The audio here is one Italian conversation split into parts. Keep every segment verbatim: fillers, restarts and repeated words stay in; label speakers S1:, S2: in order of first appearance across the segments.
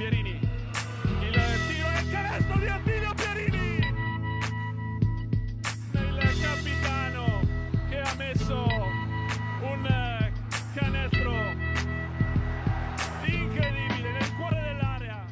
S1: Pierini, il tiro e il canestro di Attilio Pierini, il capitano che ha messo un canestro incredibile nel cuore dell'area.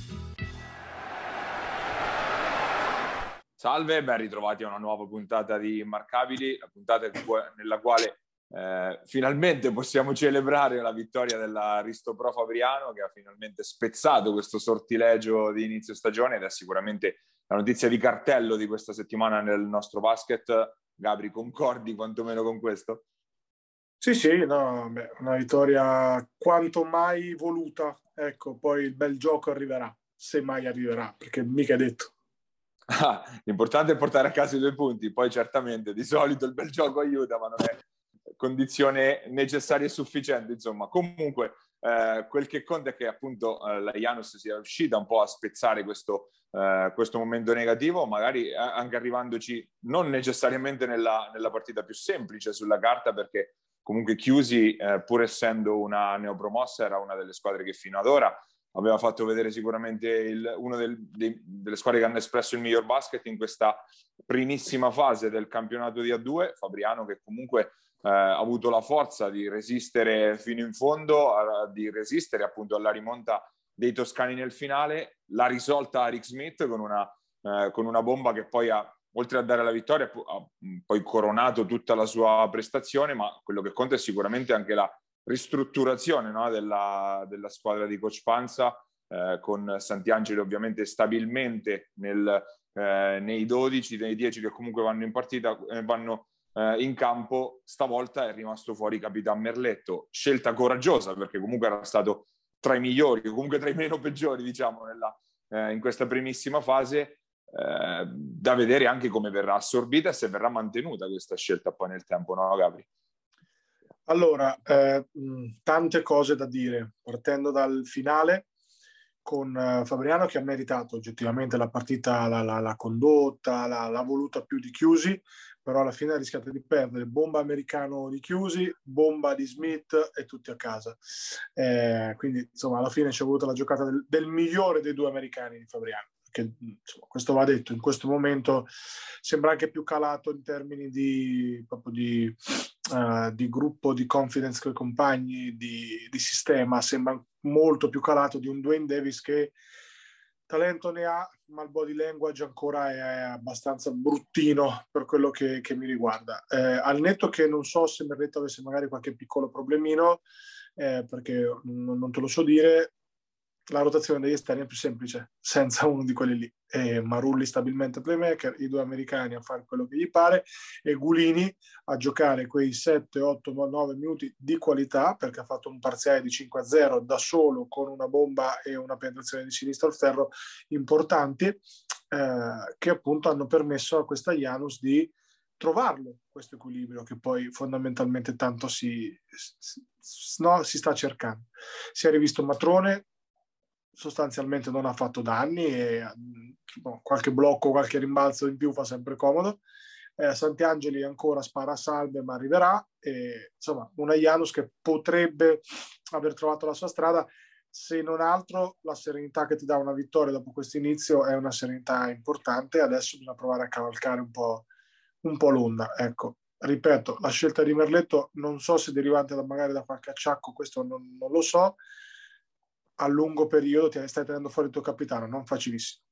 S2: Salve, ben ritrovati a una nuova puntata di Immarcabili, la puntata nella quale eh, finalmente possiamo celebrare la vittoria dell'Aristo Pro Fabriano, che ha finalmente spezzato questo sortilegio di inizio stagione ed è sicuramente la notizia di cartello di questa settimana nel nostro basket. Gabri, concordi quantomeno con questo?
S3: Sì, sì, no, beh, una vittoria quanto mai voluta. Ecco, poi il bel gioco arriverà, se mai arriverà, perché mica è detto.
S2: Ah, l'importante è portare a casa i due punti, poi certamente di solito il bel gioco aiuta, ma non è condizione necessaria e sufficiente, insomma. Comunque eh, quel che conta è che appunto eh, la Janus sia riuscita un po' a spezzare questo, eh, questo momento negativo, magari eh, anche arrivandoci non necessariamente nella, nella partita più semplice sulla carta, perché comunque Chiusi, eh, pur essendo una neopromossa, era una delle squadre che fino ad ora aveva fatto vedere sicuramente il, uno del, dei, delle squadre che hanno espresso il miglior basket in questa primissima fase del campionato di A due. Fabriano, che comunque eh, ha avuto la forza di resistere fino in fondo, a, di resistere appunto alla rimonta dei toscani nel finale, l'ha risolta Rick Smith con una, eh, con una bomba che poi ha, oltre a dare la vittoria, ha poi coronato tutta la sua prestazione, ma quello che conta è sicuramente anche la ristrutturazione, no, della, della squadra di Coach Panza, eh, con Santiangeli ovviamente stabilmente nel, eh, nei dodici, nei dieci che comunque vanno in partita, eh, vanno eh, in campo. Stavolta è rimasto fuori Capitan Merletto, scelta coraggiosa perché comunque era stato tra i migliori, comunque tra i meno peggiori, diciamo, nella, eh, in questa primissima fase. Eh, da vedere anche come verrà assorbita e se verrà mantenuta questa scelta poi nel tempo, no Gabri?
S3: Allora, eh, tante cose da dire, partendo dal finale con uh, Fabriano, che ha meritato oggettivamente la partita, la, la, la condotta, la, la voluta più di Chiusi, però alla fine ha rischiato di perdere. Bomba americano di Chiusi, bomba di Smith e tutti a casa. Eh, quindi insomma alla fine c'è voluta la giocata del, del migliore dei due americani di Fabriano. Che, insomma, questo va detto, in questo momento sembra anche più calato in termini di, proprio di, uh, di gruppo, di confidence con i compagni, di, di sistema, sembra molto più calato di un Dwayne Davis che talento ne ha, ma il body language ancora è abbastanza bruttino per quello che, che mi riguarda. Eh, al netto che non so se Merletto avesse magari qualche piccolo problemino, eh, perché non, non te lo so dire. La rotazione degli esterni è più semplice, senza uno di quelli lì. E Marulli stabilmente playmaker, i due americani a fare quello che gli pare, e Gulini a giocare quei sette, otto, nove minuti di qualità, perché ha fatto un parziale di cinque a zero da solo, con una bomba e una penetrazione di sinistro al ferro importanti, eh, che appunto hanno permesso a questa Janus di trovarlo, questo equilibrio che poi fondamentalmente tanto si, si, no, si sta cercando. Si è rivisto Matrone, sostanzialmente non ha fatto danni e no, qualche blocco, qualche rimbalzo in più fa sempre comodo. eh, Santiangeli ancora spara a salve ma arriverà, e, insomma una Janus che potrebbe aver trovato la sua strada. Se non altro la serenità che ti dà una vittoria dopo questo inizio è una serenità importante. Adesso bisogna provare a cavalcare un po', un po' l'onda, ecco. Ripeto, la scelta di Merletto non so se derivante da, magari da qualche acciacco, questo non, non lo so. A lungo periodo ti stai tenendo fuori il tuo capitano, non facilissimo.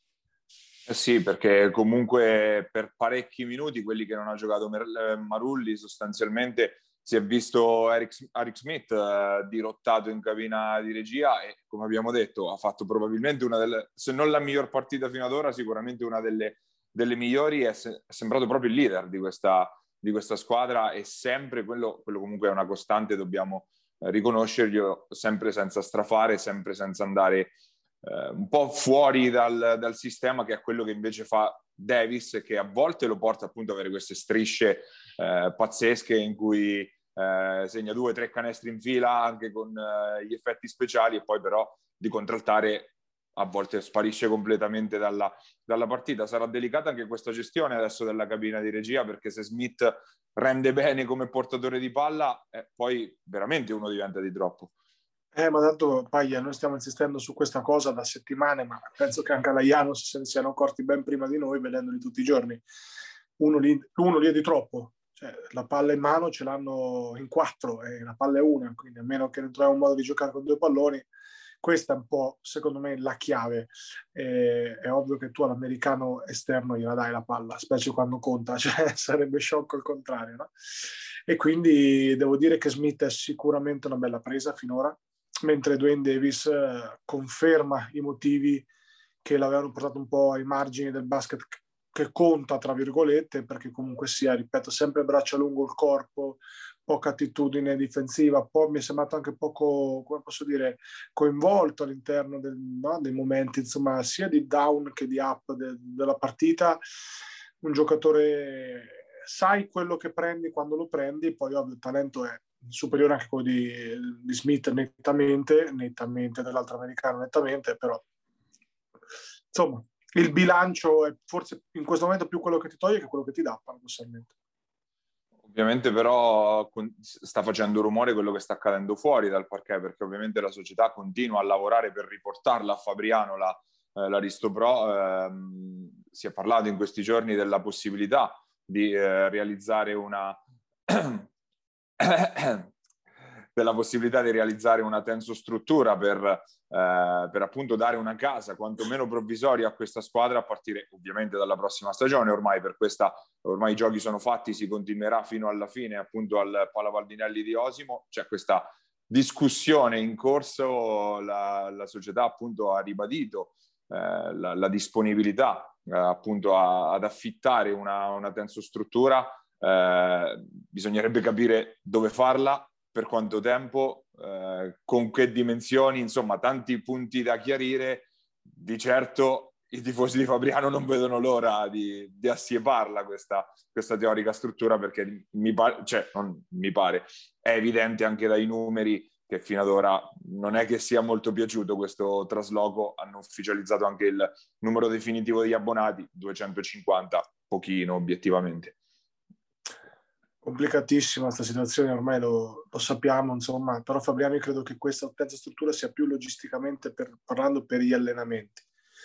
S2: Eh sì, perché comunque per parecchi minuti, quelli che non ha giocato Marulli, sostanzialmente si è visto Eric, Eric Smith eh, dirottato in cabina di regia e, come abbiamo detto, ha fatto probabilmente una delle, se non la miglior partita fino ad ora, sicuramente una delle, delle migliori. È, se, è sembrato proprio il leader di questa, di questa squadra, e sempre quello, quello comunque è una costante, dobbiamo riconoscerglielo, sempre senza strafare, sempre senza andare eh, un po' fuori dal, dal sistema, che è quello che invece fa Davis, che a volte lo porta appunto ad avere queste strisce eh, pazzesche in cui eh, segna due o tre canestri in fila anche con eh, gli effetti speciali, e poi però di contraltare a volte sparisce completamente dalla, dalla partita. Sarà delicata anche questa gestione adesso della cabina di regia, perché se Smith rende bene come portatore di palla, eh, poi veramente uno diventa di troppo.
S3: Eh, ma tanto Paglia, noi stiamo insistendo su questa cosa da settimane, ma penso che anche alla Janus se ne siano accorti ben prima di noi, vedendoli tutti i giorni. Uno lì, uno lì è di troppo, cioè, la palla in mano ce l'hanno in quattro e la palla è una, quindi a meno che non troviamo un modo di giocare con due palloni, questa è un po', secondo me, la chiave. E, è ovvio che tu all'americano esterno gliela dai la palla, specie quando conta, cioè sarebbe sciocco il contrario, no? E quindi devo dire che Smith è sicuramente una bella presa finora, mentre Dwayne Davis eh, conferma i motivi che l'avevano portato un po' ai margini del basket che conta, tra virgolette, perché comunque sia, ripeto, sempre braccia lungo il corpo, poca attitudine difensiva, poi mi è sembrato anche poco, come posso dire, coinvolto all'interno del, no, dei momenti, insomma, sia di down che di up de, della partita. Un giocatore, sai quello che prendi quando lo prendi, poi ovvio il talento è superiore anche quello di, di Smith nettamente, nettamente dell'altro americano nettamente, però insomma il bilancio è forse in questo momento più quello che ti toglie che quello che ti dà paradossalmente.
S2: Ovviamente però sta facendo rumore quello che sta accadendo fuori dal parquet, perché ovviamente la società continua a lavorare per riportarla a Fabriano la, eh, l'Aristo Pro. Eh, si è parlato in questi giorni della possibilità di eh, realizzare una della possibilità di realizzare una tensostruttura per, eh, per appunto dare una casa quantomeno provvisoria a questa squadra a partire ovviamente dalla prossima stagione. Ormai per questa, ormai i giochi sono fatti, si continuerà fino alla fine appunto al Palavaldinelli di Osimo. C'è questa discussione in corso, la, la società appunto ha ribadito eh, la, la disponibilità eh, appunto a, ad affittare una, una tensostruttura. Eh, bisognerebbe capire dove farla, per quanto tempo, eh, con che dimensioni, insomma tanti punti da chiarire. Di certo i tifosi di Fabriano non vedono l'ora di, di assieparla questa, questa teorica struttura, perché mi, par- cioè, non, mi pare, è evidente anche dai numeri che fino ad ora non è che sia molto piaciuto questo trasloco. Hanno ufficializzato anche il numero definitivo degli abbonati, duecentocinquanta, pochino obiettivamente.
S3: Complicatissima questa situazione, ormai lo, lo sappiamo, insomma, però Fabriano io credo che questa terza struttura sia più logisticamente per, parlando per gli allenamenti,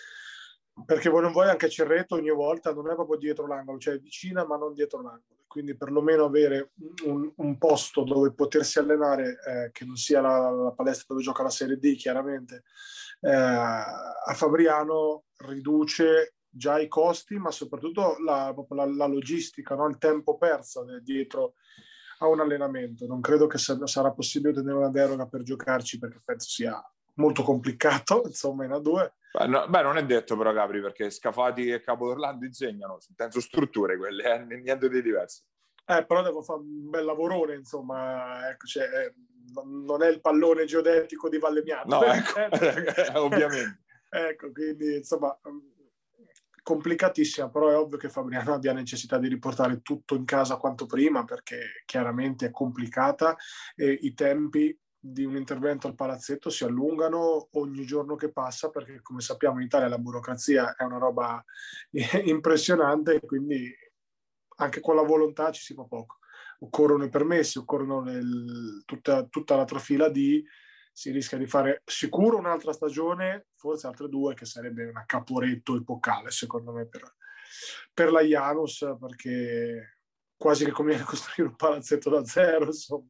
S3: perché voi non vuoi anche Cerreto ogni volta non è proprio dietro l'angolo, cioè vicina ma non dietro l'angolo, quindi perlomeno avere un, un posto dove potersi allenare eh, che non sia la, la palestra dove gioca la Serie D chiaramente, eh, a Fabriano riduce già i costi, ma soprattutto la, la, la logistica, no? Il tempo perso dietro a un allenamento. Non credo che sarà possibile tenere una deroga per giocarci, perché penso sia molto complicato, insomma, in A due.
S2: Beh, no, beh, non è detto però, Capri, perché Scafati e Capo d'Orlando insegnano, penso strutture quelle, eh, niente di diverso.
S3: Eh, però devo fare un bel lavorone, insomma, ecco, cioè, non è il pallone geodetico di Vallemmiato.
S2: No, ecco, ovviamente.
S3: Ecco, quindi, insomma, complicatissima, però è ovvio che Fabriano abbia necessità di riportare tutto in casa quanto prima, perché chiaramente è complicata e i tempi di un intervento al palazzetto si allungano ogni giorno che passa, perché come sappiamo in Italia la burocrazia è una roba impressionante e quindi anche con la volontà ci si fa poco. Occorrono i permessi, occorrono nel, tutta, tutta la trafila di si rischia di fare sicuro un'altra stagione, forse altre due, che sarebbe una caporetto epocale secondo me per, per la Janus, perché quasi che conviene costruire un palazzetto da zero, insomma.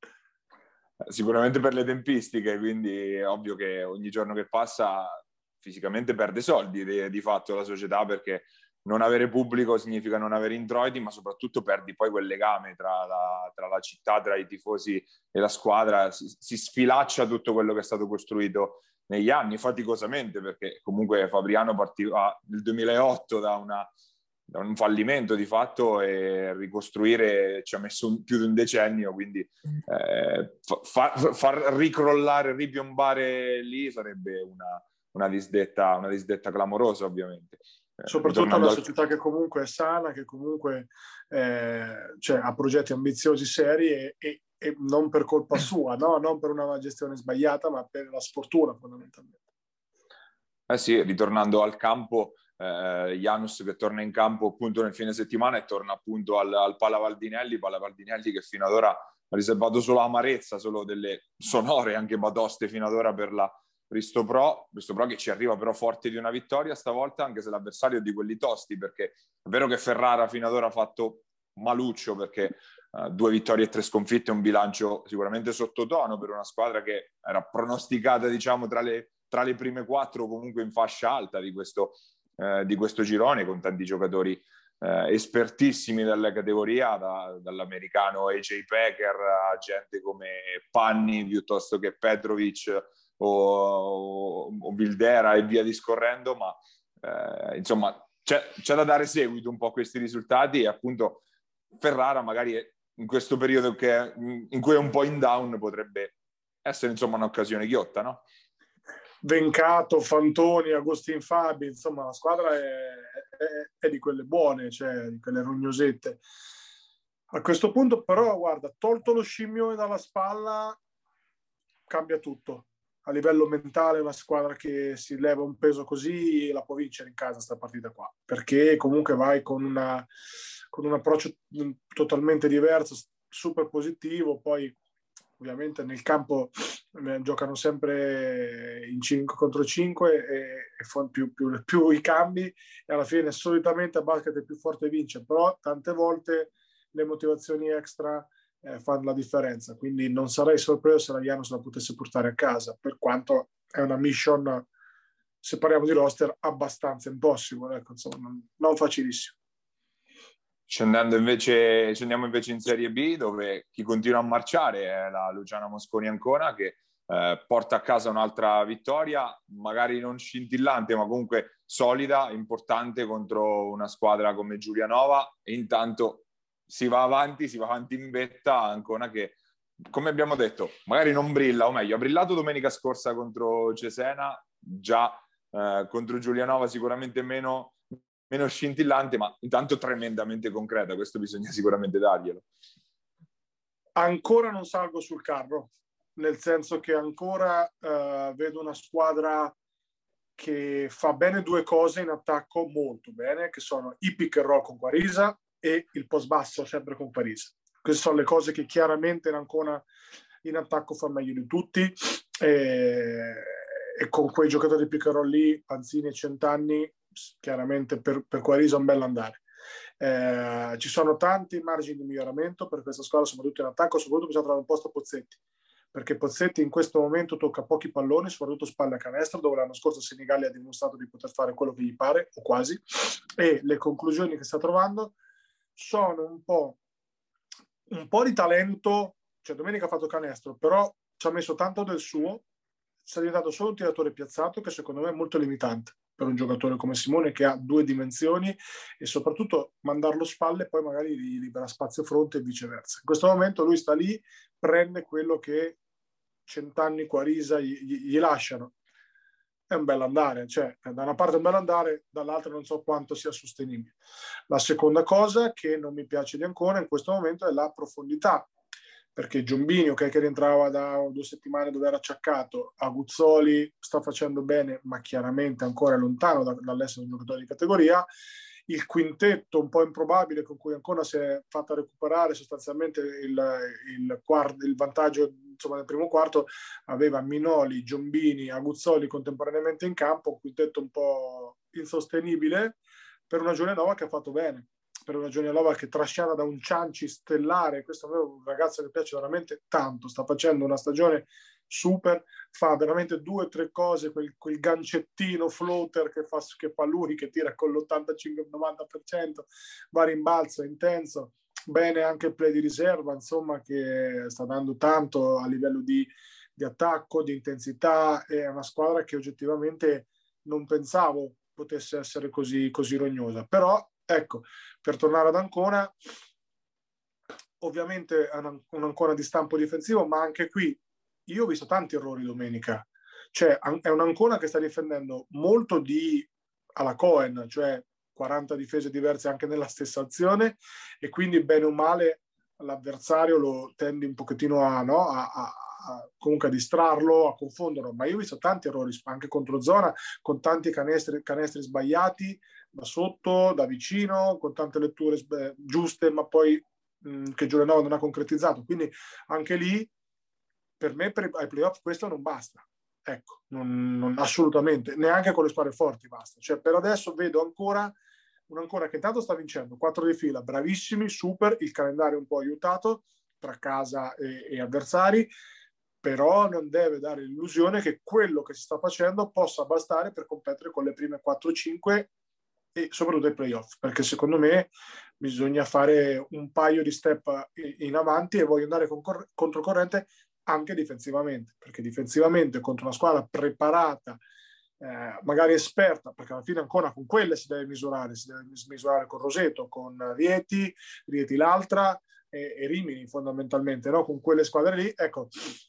S2: Sicuramente per le tempistiche, quindi è ovvio che ogni giorno che passa fisicamente perde soldi di, di fatto la società, perché non avere pubblico significa non avere introiti, ma soprattutto perdi poi quel legame tra la, tra la città, tra i tifosi e la squadra. Si, si sfilaccia tutto quello che è stato costruito negli anni, faticosamente, perché comunque Fabriano partiva nel duemilaotto da, una, da un fallimento di fatto, e ricostruire ci ha messo un, più di un decennio, quindi eh, far, far ricrollare, ripiombare lì sarebbe una, una, disdetta, una disdetta clamorosa, ovviamente.
S3: Soprattutto una società che comunque è sana, che comunque eh, cioè, ha progetti ambiziosi, seri e, e, e non per colpa sua, no? Non per una gestione sbagliata, ma per la sfortuna fondamentalmente.
S2: Eh sì, ritornando al campo, eh, Janus che torna in campo appunto nel fine settimana e torna appunto al, al Palavaldinelli, Palavaldinelli che fino ad ora riservato solo amarezza, solo delle sonore anche batoste fino ad ora per la Risto Pro, Risto Pro che ci arriva però forte di una vittoria stavolta, anche se l'avversario è di quelli tosti, perché è vero che Ferrara fino ad ora ha fatto maluccio, perché uh, due vittorie e tre sconfitte è un bilancio sicuramente sottotono per una squadra che era pronosticata, diciamo, tra le, tra le prime quattro, comunque in fascia alta di questo, uh, di questo girone, con tanti giocatori uh, espertissimi dalla categoria, da, dall'americano A J Packer a gente come Panni piuttosto che Petrovic o, o Vildera e via discorrendo, ma eh, insomma c'è, c'è da dare seguito un po' a questi risultati, e appunto Ferrara magari in questo periodo che, in cui è un po' in down, potrebbe essere insomma un'occasione ghiotta, no?
S3: Vencato, Fantoni, Agustin Fabi, insomma la squadra è, è, è di quelle buone, cioè di quelle rognosette. A questo punto però guarda, tolto lo scimmione dalla spalla cambia tutto. A livello mentale una squadra che si leva un peso così la può vincere in casa sta partita qua, perché comunque vai con, una, con un approccio totalmente diverso, super positivo. Poi ovviamente nel campo eh, giocano sempre in cinque contro cinque e, e fanno più, più, più i cambi, e alla fine solitamente a basket è più forte vince, però tante volte le motivazioni extra Eh, fanno la differenza, quindi non sarei sorpreso se la Liano se la potesse portare a casa, per quanto è una mission, se parliamo di roster, abbastanza impossibile, ecco, insomma, non, non facilissimo.
S2: Scendendo invece, scendiamo invece in Serie B, dove chi continua a marciare è la Luciana Mosconi Ancona, che eh, porta a casa un'altra vittoria, magari non scintillante ma comunque solida, importante, contro una squadra come Giulianova, e intanto si va avanti, si va avanti in vetta. Ancona che, come abbiamo detto, magari non brilla, o meglio, ha brillato domenica scorsa contro Cesena, già eh, contro Giulianova sicuramente meno, meno scintillante, ma intanto tremendamente concreta, questo bisogna sicuramente darglielo.
S3: Ancora non salgo sul carro, nel senso che ancora eh, vedo una squadra che fa bene due cose in attacco molto bene, che sono i pick and roll con Quarisa e il post basso sempre con Parisa. Queste sono le cose che chiaramente in Ancona in attacco fa meglio di tutti, e, e con quei giocatori pick and roll lì, Panzini e Centanni, chiaramente per, per Quarisa è un bel andare. Eh, ci sono tanti margini di miglioramento per questa squadra, soprattutto in attacco, soprattutto bisogna trovare un posto a Pozzetti, perché Pozzetti in questo momento tocca pochi palloni, soprattutto spalle a canestro, dove l'anno scorso Senigalli ha dimostrato di poter fare quello che gli pare, o quasi, e le conclusioni che sta trovando sono un po', un po' di talento. Cioè domenica ha fatto canestro, però ci ha messo tanto del suo, è diventato solo un tiratore piazzato, che secondo me è molto limitante per un giocatore come Simone, che ha due dimensioni, e soprattutto mandarlo spalle poi magari gli libera spazio fronte e viceversa. In questo momento lui sta lì, prende quello che Centanni, Quarisa gli, gli, gli lasciano. È un bel andare, cioè da una parte è un bel andare, dall'altra non so quanto sia sostenibile. La seconda cosa che non mi piace di Ancona in questo momento è la profondità, perché Giombini, ok, che rientrava da due settimane dove era acciaccato, Aguzzoli sta facendo bene, ma chiaramente ancora è lontano da, dall'essere un giocatore di categoria. Il quintetto un po' improbabile con cui Ancona si è fatta recuperare sostanzialmente il, il, quarto, il vantaggio, insomma, nel primo quarto, aveva Minoli, Giombini, Aguzzoli contemporaneamente in campo, un quintetto un po' insostenibile per una Giulianova che ha fatto bene, per una Giulianova che trasciata da un Cianci stellare. Questo è un ragazzo che piace veramente tanto, sta facendo una stagione super, fa veramente due o tre cose, quel, quel gancettino floater che fa, che fa lui, che tira con l'ottantacinque novanta per cento, va rimbalzo, è intenso, bene anche il play di riserva, insomma, che sta dando tanto a livello di, di attacco, di intensità. È una squadra che oggettivamente non pensavo potesse essere così, così rognosa, però ecco, per tornare ad Ancona, ovviamente è un Ancona di stampo difensivo, ma anche qui io ho visto tanti errori domenica. Cioè è un Ancona che sta difendendo molto di alla Cohen, cioè quaranta difese diverse anche nella stessa azione, e quindi bene o male l'avversario lo tendi un pochettino a, no, a, a, a comunque a distrarlo, a confonderlo. Ma io ho visto tanti errori anche contro zona, con tanti canestri, canestri sbagliati da sotto, da vicino, con tante letture giuste, ma poi mh, che Giulianova non ha concretizzato, quindi anche lì per me per, ai playoff questo non basta, ecco, non, non, assolutamente, neanche con le squadre forti basta, cioè per adesso vedo ancora un ancora che intanto sta vincendo quattro di fila, bravissimi, super, il calendario un po' aiutato tra casa e, e avversari, però non deve dare l'illusione che quello che si sta facendo possa bastare per competere con le prime quattro cinque e soprattutto ai playoff, perché secondo me bisogna fare un paio di step in avanti e voglio andare con cor- controcorrente anche difensivamente, perché difensivamente contro una squadra preparata, eh, magari esperta, perché alla fine ancora con quelle si deve misurare, si deve misurare con Roseto, con Rieti, Rieti l'altra e, e Rimini fondamentalmente, no? Con quelle squadre lì, ecco,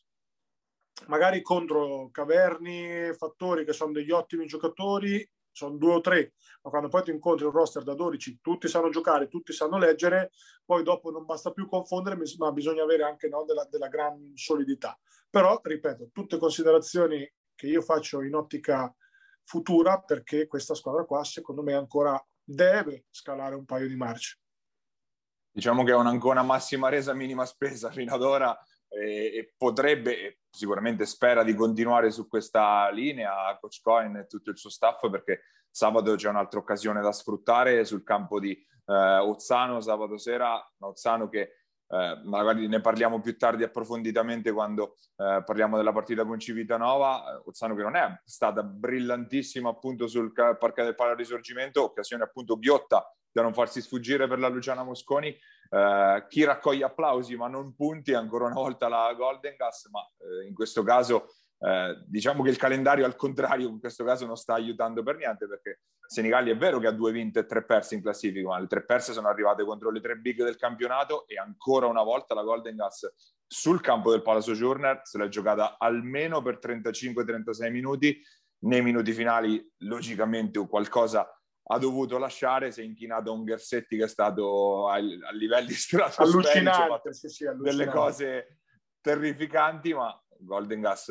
S3: magari contro Caverni, Fattori che sono degli ottimi giocatori, sono due o tre, ma quando poi ti incontri un roster da dodici, tutti sanno giocare, tutti sanno leggere, poi dopo non basta più confondere, ma bisogna avere anche, no, della, della gran solidità. Però, ripeto, tutte considerazioni che io faccio in ottica futura, perché questa squadra qua, secondo me, ancora deve scalare un paio di marce.
S2: Diciamo che è una, ancora massima resa, minima spesa fino ad ora, e, e potrebbe, e sicuramente spera di continuare su questa linea Coach Cohen e tutto il suo staff, perché sabato c'è un'altra occasione da sfruttare sul campo di eh, Ozzano sabato sera, Ozzano che eh, magari ne parliamo più tardi approfonditamente quando eh, parliamo della partita con Civitanova. Ozzano che non è stata brillantissima appunto sul parquet del Pala Risorgimento, occasione appunto ghiotta da non farsi sfuggire per la Luciana Mosconi. Uh, chi raccoglie applausi ma non punti ancora una volta la Golden Gas, ma uh, in questo caso uh, diciamo che il calendario al contrario in questo caso non sta aiutando per niente, perché Senigallia è vero che ha due vinte e tre perse in classifica, ma le tre perse sono arrivate contro le tre big del campionato, e ancora una volta la Golden Gas sul campo del Pala Sojourner se l'è giocata almeno per trentacinque trentasei minuti. Nei minuti finali logicamente qualcosa ha dovuto lasciare, si è inchinato a un Gersetti che è stato a, a livelli stratosferici, ha fatto
S3: sì, sì,
S2: delle cose terrificanti, ma Golden Gas,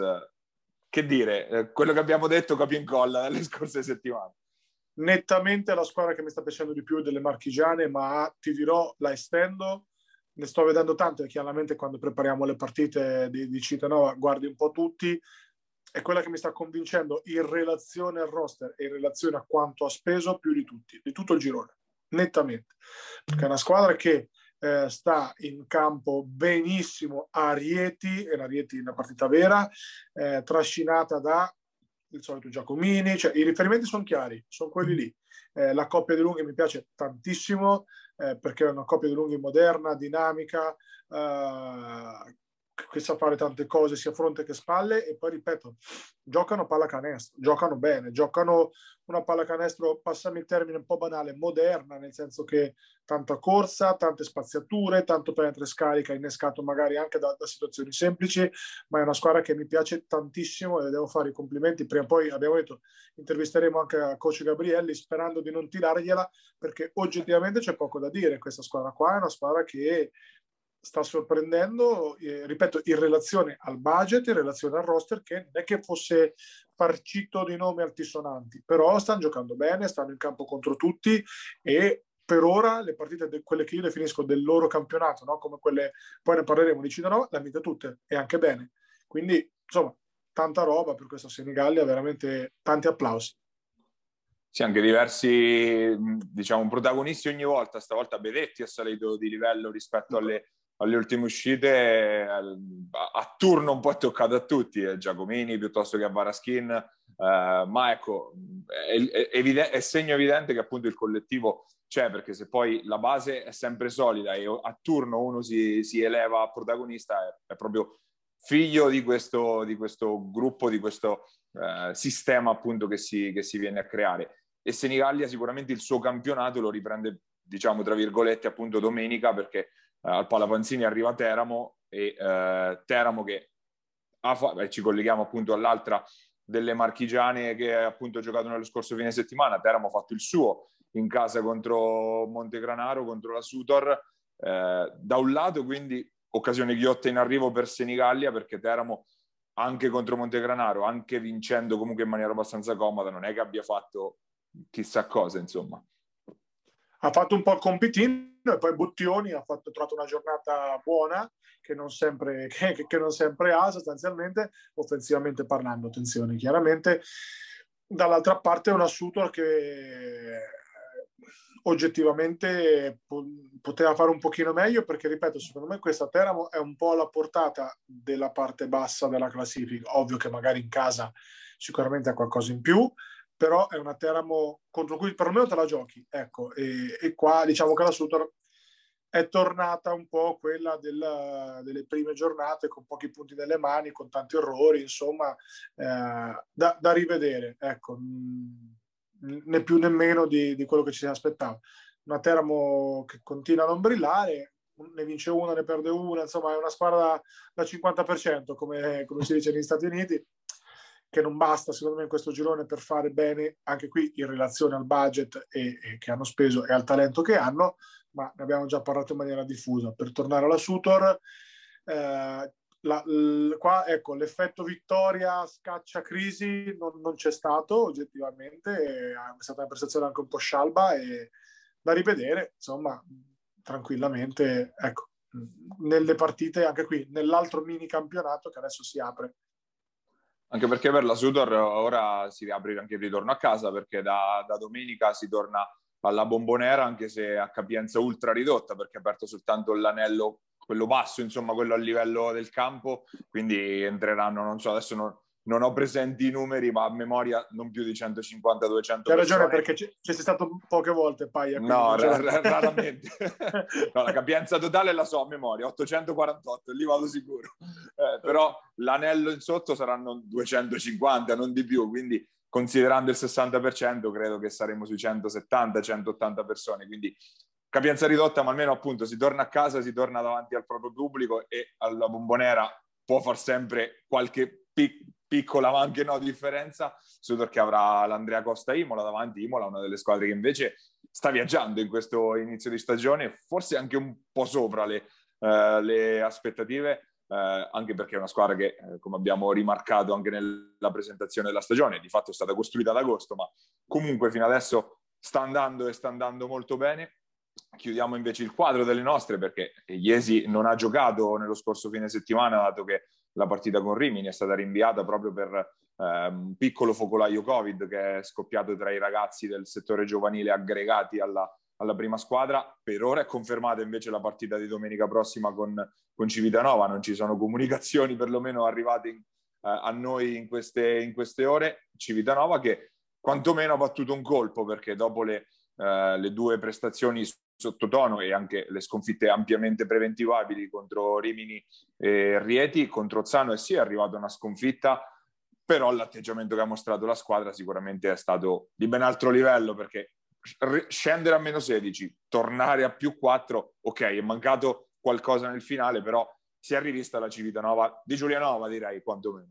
S2: che dire, eh, quello che abbiamo detto capi incolla nelle scorse settimane.
S3: Nettamente la squadra che mi sta piacendo di più delle marchigiane, ma ti dirò, la estendo, ne sto vedendo tante, chiaramente quando prepariamo le partite di, di Civitanova guardi un po' tutti, è quella che mi sta convincendo in relazione al roster e in relazione a quanto ha speso più di tutti, di tutto il girone, nettamente. Perché è una squadra che eh, sta in campo benissimo a Rieti, e la Rieti è una partita vera, eh, trascinata da il solito Giacomini, cioè i riferimenti sono chiari, sono quelli lì. Eh, la coppia di lunghi mi piace tantissimo, eh, perché è una coppia di lunghi moderna, dinamica, eh, che sa fare tante cose sia fronte che spalle, e poi ripeto, giocano pallacanestro, giocano bene, giocano una pallacanestro, passami il termine un po' banale, moderna, nel senso che tanta corsa, tante spaziature, tanto penetra e scarica, innescato magari anche da, da situazioni semplici, ma è una squadra che mi piace tantissimo e devo fare i complimenti. Prima o poi, abbiamo detto, intervisteremo anche a coach Gabrielli sperando di non tirargliela, perché oggettivamente c'è poco da dire. Questa squadra qua è una squadra che sta sorprendendo, eh, ripeto, in relazione al budget, in relazione al roster, che non è che fosse farcito di nomi altisonanti, però stanno giocando bene, stanno in campo contro tutti, e per ora le partite, de- quelle che io definisco del loro campionato, no? Come quelle, poi ne parleremo di Cidanova, le ha vinte tutte, e anche bene. Quindi, insomma, tanta roba per questa Senigallia, veramente tanti applausi.
S2: Sì, anche diversi, diciamo, protagonisti ogni volta. Stavolta Bedetti è salito di livello rispetto alle, alle ultime uscite, a, a turno un po' è toccato a tutti, eh, Giacomini piuttosto che a Varaschin, eh, ma ecco, è, è, evidente, è segno evidente che appunto il collettivo c'è, perché se poi la base è sempre solida e a turno uno si, si eleva a protagonista, è, è proprio figlio di questo, di questo gruppo, di questo eh, sistema appunto che si, che si viene a creare. E Senigallia sicuramente il suo campionato lo riprende, diciamo, tra virgolette, appunto domenica, perché eh, al Palapanzini arriva Teramo, e eh, Teramo che ha fa- beh, ci colleghiamo appunto all'altra delle marchigiane che ha appunto giocato nello scorso fine settimana. Teramo ha fatto il suo in casa contro Montegranaro, contro la Sutor, eh, da un lato quindi occasione ghiotta in arrivo per Senigallia, perché Teramo anche contro Montegranaro, anche vincendo comunque in maniera abbastanza comoda, non è che abbia fatto chissà cosa, insomma.
S3: Ha fatto un po' il compitino, e poi Buttioni ha fatto, trovato una giornata buona che non sempre, che, che non sempre ha sostanzialmente, offensivamente parlando, attenzione, chiaramente. Dall'altra parte è una Sutor che oggettivamente poteva fare un pochino meglio, perché ripeto, secondo me questa Teramo è un po' alla portata della parte bassa della classifica. Ovvio che magari in casa sicuramente ha qualcosa in più, però è una Teramo contro cui perlomeno te la giochi, ecco. E, e qua diciamo che la Sutor è tornata un po' quella della, delle prime giornate, con pochi punti nelle mani, con tanti errori, insomma, eh, da, da rivedere, ecco, né più né meno di, di quello che ci si aspettava. Una Teramo che continua a non brillare, ne vince una, ne perde una, insomma è una squadra da, da cinquanta per cento, come, come si dice negli Stati Uniti, che non basta secondo me in questo girone per fare bene, anche qui in relazione al budget e, e che hanno speso e al talento che hanno, ma ne abbiamo già parlato in maniera diffusa. Per tornare alla Sutor, eh, la, l, qua ecco, l'effetto vittoria scaccia crisi non, non c'è stato oggettivamente, è stata una prestazione anche un po' scialba e da rivedere, insomma, tranquillamente, ecco, nelle partite, anche qui, nell'altro mini campionato che adesso si apre.
S2: Anche perché per la Sutor ora si riapre anche il ritorno a casa, perché da, da domenica si torna alla Bombonera, anche se a capienza ultra ridotta, perché è aperto soltanto l'anello, quello basso, insomma, quello a livello del campo, quindi entreranno, non so, adesso non, non ho presenti i numeri, ma a memoria non più di centocinquanta duecento
S3: C'hai
S2: persone.
S3: ragione, perché c'è, c'è stato poche volte, Paia.
S2: No, ra- ra- raramente. No, la capienza totale la so a memoria, ottocentoquarantotto, lì vado sicuro. Eh, però l'anello in sotto saranno duecentocinquanta, non di più, quindi considerando il sessanta per cento credo che saremo sui centosettanta centottanta persone, quindi capienza ridotta, ma almeno appunto si torna a casa, si torna davanti al proprio pubblico e alla Bombonera può far sempre qualche pic- piccola ma anche no differenza, solo perché avrà l'Andrea Costa Imola davanti. Imola, una delle squadre che invece sta viaggiando in questo inizio di stagione, forse anche un po' sopra le, eh, le aspettative, eh, anche perché è una squadra che, eh, come abbiamo rimarcato anche nella presentazione della stagione, di fatto è stata costruita ad agosto, ma comunque fino adesso sta andando e sta andando molto bene. Chiudiamo invece il quadro delle nostre, perché Iesi non ha giocato nello scorso fine settimana, dato che la partita con Rimini è stata rinviata proprio per eh, un piccolo focolaio Covid che è scoppiato tra i ragazzi del settore giovanile aggregati alla, alla prima squadra. Per ora è confermata invece la partita di domenica prossima con, con Civitanova. Non ci sono comunicazioni perlomeno arrivate in, eh, a noi in queste, in queste ore. Civitanova che quantomeno ha battuto un colpo, perché dopo le, eh, le due prestazioni sottotono e anche le sconfitte ampiamente preventivabili contro Rimini e Rieti, contro Ozzano e sì è arrivata una sconfitta, però l'atteggiamento che ha mostrato la squadra sicuramente è stato di ben altro livello, perché scendere a meno sedici, tornare a più quattro, ok, è mancato qualcosa nel finale, però si è rivista la Civitanova di Giulianova, direi, quantomeno.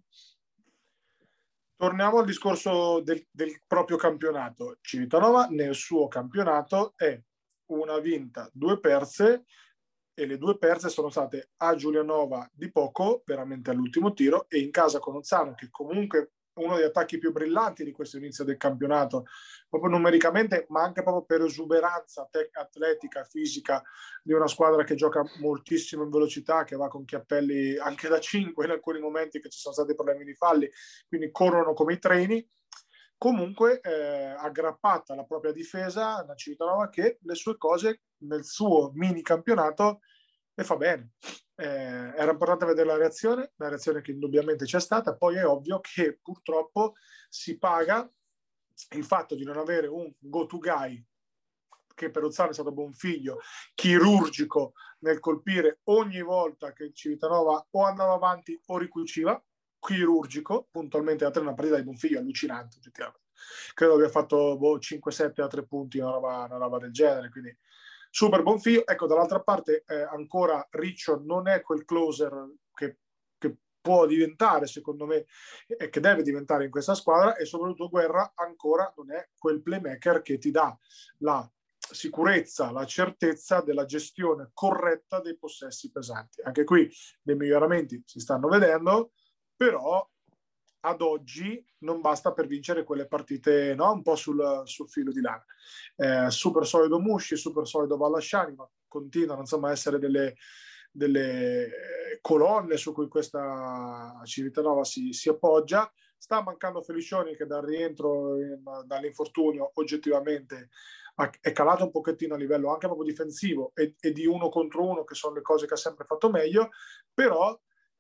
S3: Torniamo al discorso del, del proprio campionato. Civitanova nel suo campionato è una vinta, due perse, e le due perse sono state a Giulianova di poco, veramente all'ultimo tiro, e in casa con Ozzano, che comunque è uno degli attacchi più brillanti di questo inizio del campionato, proprio numericamente, ma anche proprio per esuberanza tec- atletica, fisica, di una squadra che gioca moltissimo in velocità, che va con chiappelli anche da cinque in alcuni momenti, che ci sono stati problemi di falli, quindi corrono come i treni. Comunque eh, aggrappata alla propria difesa, la Civitanova che le sue cose nel suo mini campionato le fa bene. Eh, era importante vedere la reazione, la reazione che indubbiamente c'è stata. Poi è ovvio che purtroppo si paga il fatto di non avere un go-to guy, che per Ozzano è stato Bonfiglio, chirurgico nel colpire ogni volta che Civitanova o andava avanti o ricuciva, chirurgico, puntualmente da una partita di Bonfiglio allucinante, oggettivamente. Credo abbia fatto boh, cinque sette a tre punti, una roba, una roba del genere, quindi super Bonfiglio. Ecco, dall'altra parte eh, ancora Riccio non è quel closer che, che può diventare, secondo me, e che deve diventare in questa squadra, e soprattutto Guerra ancora non è quel playmaker che ti dà la sicurezza, la certezza della gestione corretta dei possessi pesanti. Anche qui dei miglioramenti si stanno vedendo, però ad oggi non basta per vincere quelle partite, no? Un po' sul, sul filo di lana. Eh, super solido Musci, super solido Vallasciani, ma continuano insomma a essere delle, delle colonne su cui questa Civitanova si, si appoggia. Sta mancando Felicioni, che dal rientro in, dall'infortunio oggettivamente è calato un pochettino a livello anche proprio difensivo e, e di uno contro uno, che sono le cose che ha sempre fatto meglio. Però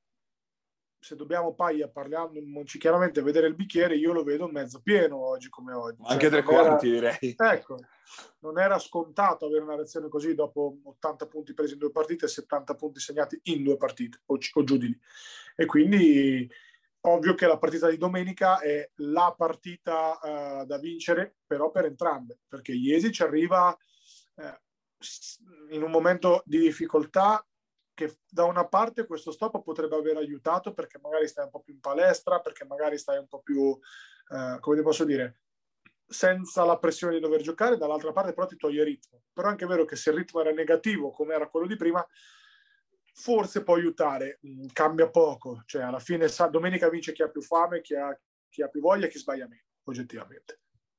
S3: se dobbiamo poi parliamoci chiaramente, vedere il bicchiere, io lo vedo mezzo pieno oggi come oggi.
S2: Anche
S3: cioè,
S2: tre quarti
S3: era,
S2: direi.
S3: Ecco, non era scontato avere una reazione così dopo ottanta punti presi in due partite e settanta punti segnati in due partite o, o giù di lì. E quindi ovvio che la partita di domenica è la partita uh, da vincere, però per entrambe, perché Iesi ci arriva eh, in un momento di difficoltà che da una parte questo stop potrebbe aver aiutato, perché magari stai un po' più in palestra, perché magari stai un po' più, eh, come ti posso dire, senza la pressione di dover giocare, dall'altra parte però ti toglie ritmo. Però è anche vero che se il ritmo era negativo come era quello di prima, forse può aiutare, cambia poco, cioè alla fine sa, domenica vince chi ha più fame, chi ha, chi ha più voglia, chi sbaglia meno, oggettivamente.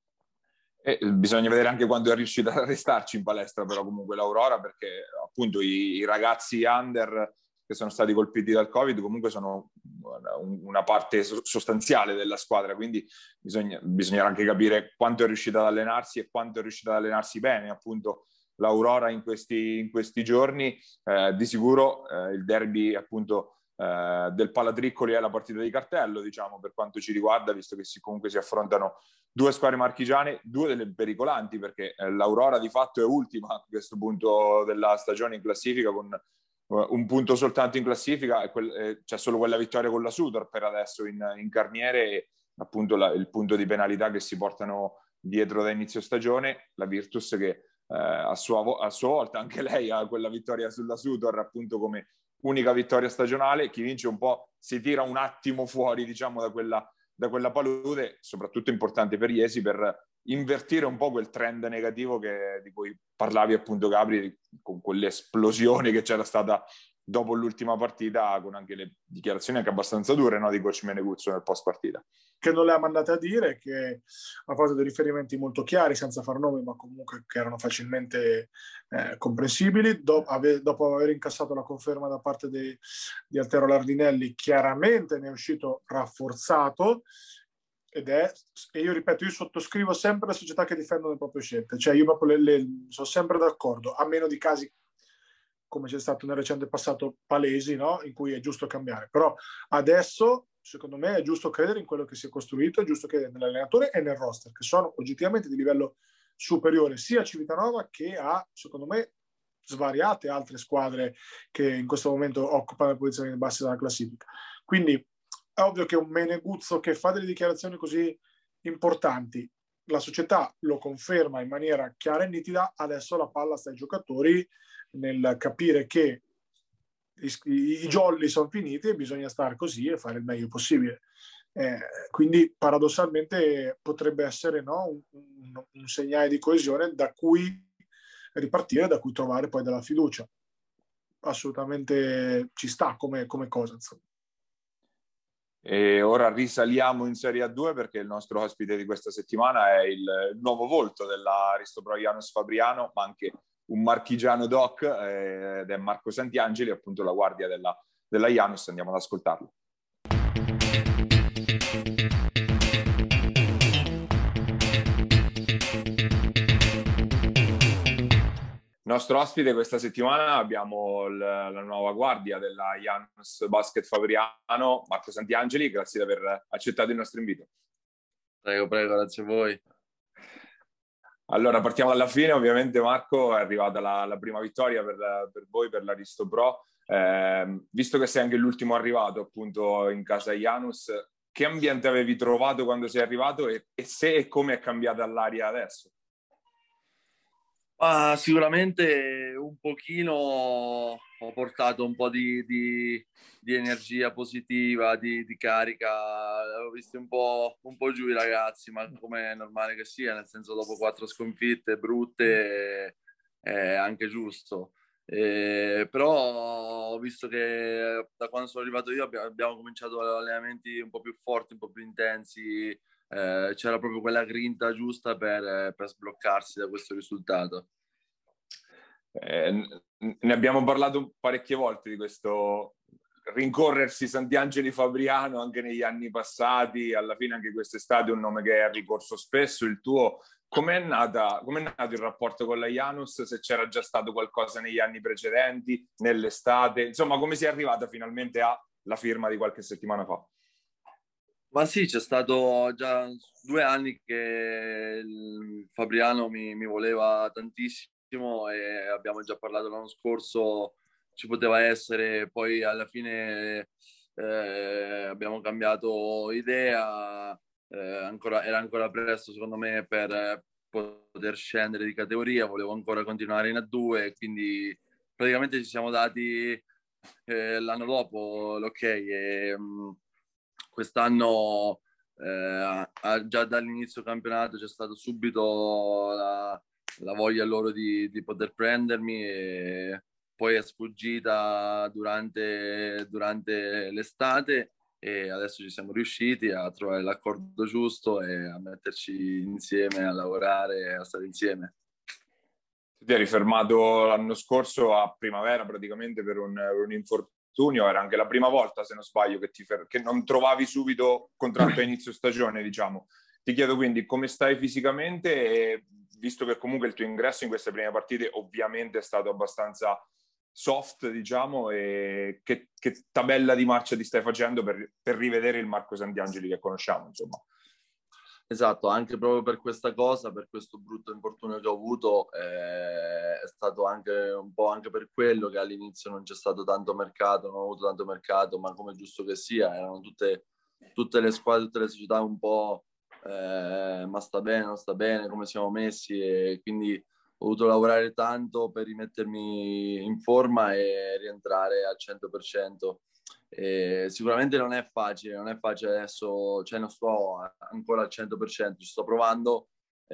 S2: E bisogna vedere anche quando è riuscita a restarci in palestra, però comunque l'Aurora, perché appunto i, i ragazzi under che sono stati colpiti dal Covid comunque sono una parte sostanziale della squadra, quindi bisogna, bisognerà anche capire quanto è riuscita ad allenarsi e quanto è riuscita ad allenarsi bene appunto l'Aurora in questi, in questi giorni. Eh, di sicuro eh, il derby appunto eh, del Palatriccoli è la partita di cartello, diciamo, per quanto ci riguarda, visto che si, comunque si affrontano due squadre marchigiane, due delle pericolanti, perché eh, l'Aurora di fatto è ultima a questo punto della stagione in classifica, con uh, un punto soltanto in classifica, e quel, eh, c'è solo quella vittoria con la Sutor per adesso in, in Carniere, e appunto la, il punto di penalità che si portano dietro da inizio stagione, la Virtus che eh, a, sua, a sua volta anche lei ha quella vittoria sulla Sutor appunto come unica vittoria stagionale. Chi vince un po' si tira un attimo fuori, diciamo, da quella da quella palude, soprattutto importante per Iesi, per invertire un po' quel trend negativo che, di cui parlavi appunto Gabri, con quell'esplosione che c'era stata dopo l'ultima partita, con anche le dichiarazioni anche abbastanza dure, no, di coach Meneguzzo nel post partita.
S3: Che non le ha mandate a dire, che ha fatto dei riferimenti molto chiari, senza far nomi, ma comunque che erano facilmente eh, comprensibili. Do, ave, dopo aver incassato la conferma da parte di, di Altero Lardinelli, chiaramente ne è uscito rafforzato, ed è, e io ripeto, io sottoscrivo sempre le società che difendono le proprie scelte, cioè io proprio le, le, sono sempre d'accordo, a meno di casi come c'è stato nel recente passato palesi, no? In cui è giusto cambiare. Però adesso, secondo me, è giusto credere in quello che si è costruito, è giusto credere nell'allenatore e nel roster, che sono oggettivamente di livello superiore sia a Civitanova che a, secondo me, svariate altre squadre che in questo momento occupano le posizioni basse della classifica. Quindi è ovvio che un Meneguzzo che fa delle dichiarazioni così importanti, la società lo conferma in maniera chiara e nitida, adesso la palla sta ai giocatori nel capire che i, i, i jolly sono finiti e bisogna stare così e fare il meglio possibile. Eh, quindi paradossalmente potrebbe essere, no, un, un, un segnale di coesione da cui ripartire, da cui trovare poi della fiducia. Assolutamente ci sta come, come cosa, insomma.
S2: E ora risaliamo in Serie A due, perché il nostro ospite di questa settimana è il nuovo volto dell'Aristopro Janus Fabriano, ma anche un marchigiano doc, eh, ed è Marco Santiangeli, appunto la guardia della, della Janus. Andiamo ad ascoltarlo. Nostro ospite questa settimana abbiamo l- la nuova guardia della Janus Basket Fabriano, Marco Santiangeli. Grazie di aver accettato il nostro invito.
S4: Prego, prego, grazie a voi.
S2: Allora, partiamo dalla fine. Ovviamente, Marco, è arrivata la, la prima vittoria per, per voi, per l'Aristo Pro. Eh, visto che sei anche l'ultimo arrivato appunto in casa Janus, che ambiente avevi trovato quando sei arrivato e, e se e come è cambiata l'aria adesso?
S4: Ah, sicuramente un pochino ho portato un po' di, di, di energia positiva, di, di carica. Ho visto un po', un po' giù i ragazzi, ma come è normale che sia, nel senso dopo quattro sconfitte brutte è anche giusto. Eh, però ho visto che da quando sono arrivato io abbiamo, abbiamo cominciato allenamenti un po' più forti, un po' più intensi, eh, c'era proprio quella grinta giusta per, per sbloccarsi da questo risultato.
S2: Eh, ne abbiamo parlato parecchie volte di questo rincorrersi Santiangeli Fabriano anche negli anni passati, alla fine anche quest'estate è un nome che è ricorso spesso. Il tuo, com'è nata, com'è nato il rapporto con la Janus? Se c'era già stato qualcosa negli anni precedenti, nell'estate, insomma, come si è arrivata finalmente alla firma di qualche settimana fa?
S4: Ma sì, c'è stato già due anni che il Fabriano mi, mi voleva tantissimo e abbiamo già parlato l'anno scorso, ci poteva essere, poi alla fine eh, abbiamo cambiato idea, eh, ancora, era ancora presto secondo me per poter scendere di categoria, volevo ancora continuare in A due, quindi praticamente ci siamo dati eh, l'anno dopo l'ok e mh, quest'anno eh, già dall'inizio campionato c'è stato subito la, la voglia loro di, di poter prendermi e poi è sfuggita durante, durante l'estate e adesso ci siamo riusciti a trovare l'accordo giusto e a metterci insieme, a lavorare, a stare insieme.
S2: Tu ti eri fermato l'anno scorso a primavera praticamente per un, per un infortunio, era anche la prima volta se non sbaglio che, ti fer- che non trovavi subito contratto a inizio stagione, diciamo. Ti chiedo quindi come stai fisicamente e visto che comunque il tuo ingresso in queste prime partite ovviamente è stato abbastanza soft, diciamo, e che, che tabella di marcia ti stai facendo per, per rivedere il Marco Santiangeli che conosciamo, insomma.
S4: Esatto, anche proprio per questa cosa, per questo brutto infortunio che ho avuto, eh, è stato anche un po' anche per quello che all'inizio non c'è stato tanto mercato, non ho avuto tanto mercato, ma come giusto che sia, erano tutte, tutte le squadre, tutte le società un po' eh, ma sta bene, non sta bene, come siamo messi e quindi ho dovuto lavorare tanto per rimettermi in forma e rientrare al cento per cento. E sicuramente non è facile, non è facile adesso, cioè non sto ancora al cento per cento, ci sto provando,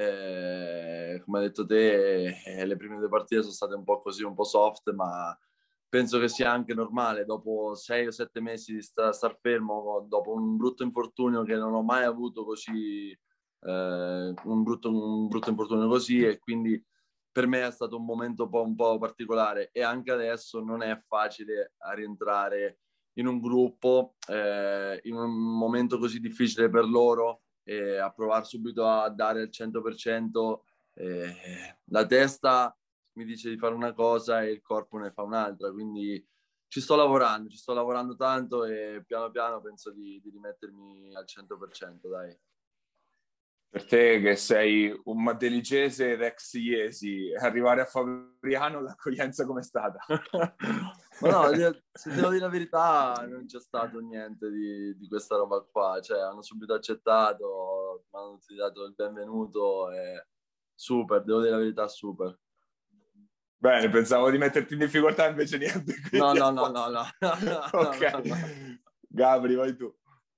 S4: eh, come hai detto te, eh, le prime due partite sono state un po' così, un po' soft, ma penso che sia anche normale, dopo sei o sette mesi di sta, star fermo, dopo un brutto infortunio che non ho mai avuto così, eh, un, brutto, un brutto infortunio così e quindi per me è stato un momento un po', un po' particolare e anche adesso non è facile a rientrare in un gruppo, eh, in un momento così difficile per loro, e a provare subito a dare il cento per cento. Eh, la testa mi dice di fare una cosa e il corpo ne fa un'altra, quindi ci sto lavorando, ci sto lavorando tanto e piano piano penso di, di rimettermi al cento per cento, dai.
S2: Per te che sei un madelicese ed ex Iesi, arrivare a Fabriano, l'accoglienza com'è stata?
S4: Ma no, se devo dire la verità, non c'è stato niente di, di questa roba qua. Cioè, hanno subito accettato, mi hanno dato il benvenuto. E super, devo dire la verità, super.
S2: Bene, pensavo di metterti in difficoltà, invece niente.
S4: No, no, no, no, no.
S2: Ok,
S4: no, no.
S2: Gabri, vai tu.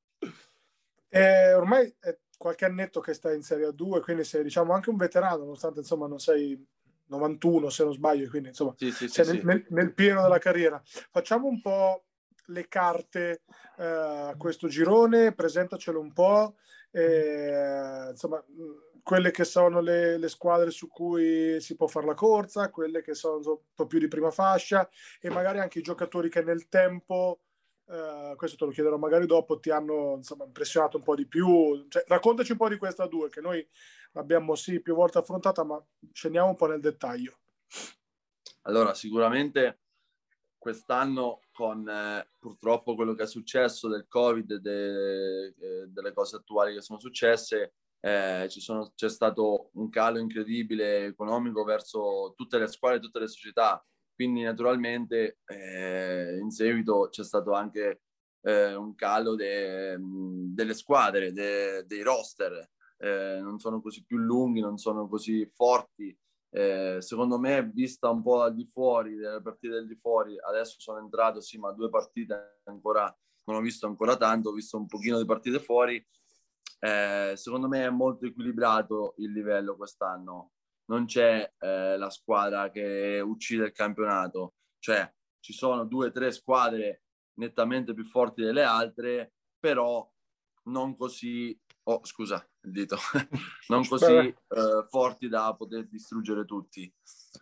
S3: Eh, ormai è qualche annetto che stai in Serie A due, quindi sei diciamo anche un veterano, nonostante insomma non sei novantuno se non sbaglio, quindi insomma
S4: sì, sì,
S3: sei
S4: sì,
S3: nel,
S4: sì.
S3: nel, nel pieno della carriera. Facciamo un po' le carte eh, a questo girone, presentacelo un po', eh, insomma quelle che sono le, le squadre su cui si può fare la corsa, quelle che sono un po' più di prima fascia e magari anche i giocatori che nel tempo Uh, questo te lo chiederò magari dopo, ti hanno insomma impressionato un po' di più, cioè, raccontaci un po' di questa due che noi l'abbiamo sì più volte affrontata, ma scendiamo un po' nel dettaglio.
S4: Allora, sicuramente quest'anno con eh, purtroppo quello che è successo del Covid e de, eh, delle cose attuali che sono successe, eh, ci sono, c'è stato un calo incredibile economico verso tutte le squadre, tutte le società. Quindi naturalmente eh, in seguito c'è stato anche eh, un calo de, delle squadre, de, dei roster, eh, non sono così più lunghi, non sono così forti. Eh, secondo me, vista un po' al di fuori, delle partite del di fuori, adesso sono entrato, sì, ma due partite ancora non ho visto ancora tanto, ho visto un pochino di partite fuori. Eh, secondo me è molto equilibrato il livello quest'anno. non c'è eh, la squadra che uccide il campionato, cioè ci sono due o tre squadre nettamente più forti delle altre, però non così, oh scusa il dito, non così eh, forti da poter distruggere tutti.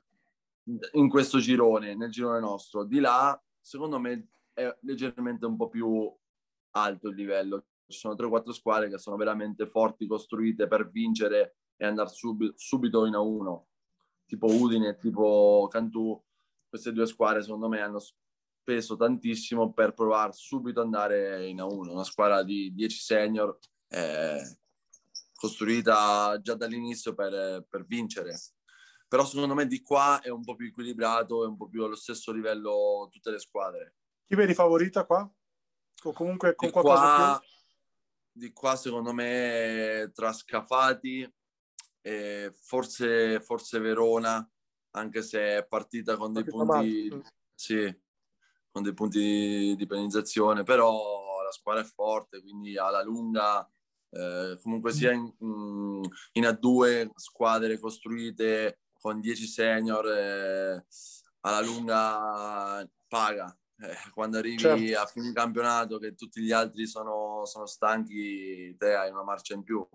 S4: In questo girone, nel girone nostro, di là, secondo me è leggermente un po' più alto il livello. Ci sono tre o quattro squadre che sono veramente forti, costruite per vincere e andare sub- subito in A uno, tipo Udine, tipo Cantù. Queste due squadre secondo me hanno speso tantissimo per provare subito ad andare in A uno. Una squadra di dieci senior eh, costruita già dall'inizio per, per vincere. Però secondo me di qua è un po' più equilibrato, è un po' più allo stesso livello tutte le squadre.
S3: Chi vedi favorita qua? O comunque con
S4: di
S3: qualcosa
S4: qua,
S3: più?
S4: Di qua secondo me tra Scafati e forse, forse Verona, anche se è partita con dei
S3: Partita
S4: punti,
S3: male.
S4: sì, con dei punti di, di penalizzazione, però la squadra è forte, quindi alla lunga eh, comunque sia in, in A due squadre costruite con dieci senior eh, alla lunga paga. Eh, quando arrivi
S3: Certo.
S4: a fine campionato che tutti gli altri sono, sono stanchi, te hai una marcia in più.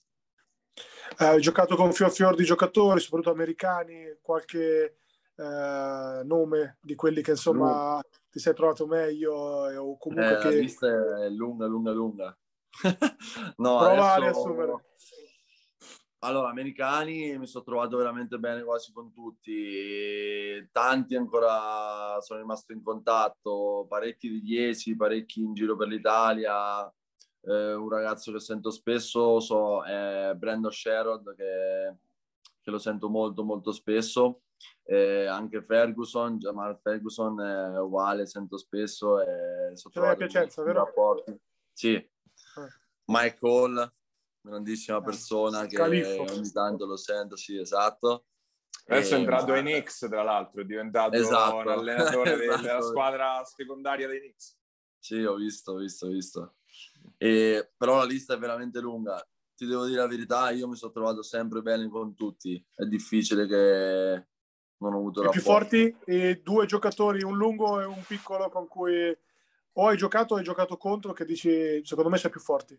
S3: Eh, hai giocato con fior fior di giocatori, soprattutto americani, qualche eh, nome di quelli che insomma Lung. Ti sei trovato meglio eh, o comunque
S4: eh,
S3: che...
S4: La lista è lunga, lunga, lunga. No,
S3: Prova a
S4: adesso...
S3: riassumere.
S4: Allora, americani mi sono trovato veramente bene quasi con tutti, tanti ancora sono rimasto in contatto, parecchi di Iesi, parecchi in giro per l'Italia, eh, un ragazzo che sento spesso so, è Brandon Sherrod, che, che lo sento molto molto spesso, eh, anche Ferguson, Jamal Ferguson è uguale, sento spesso e sono
S3: Ce l'hai a
S4: trovato
S3: Piacenza, vero?
S4: rapporti. Sì,
S3: eh.
S4: Mike Hall, grandissima persona
S3: eh.
S4: che
S3: Califfo.
S4: ogni tanto lo sento, sì, esatto.
S2: Adesso
S4: e,
S2: è entrato
S4: ma...
S2: ai Knicks, tra l'altro, è diventato
S4: esatto.
S2: un allenatore
S4: esatto.
S2: della squadra secondaria dei Knicks.
S4: Sì, ho visto, ho visto, ho visto. E, però la lista è veramente lunga. Ti devo dire la verità, io mi sono trovato sempre bene con tutti. È difficile che non ho avuto
S3: I più
S4: rapporto.
S3: forti, i due giocatori, un lungo e un piccolo con cui o hai giocato o hai giocato contro, che dici, secondo me sei più forti.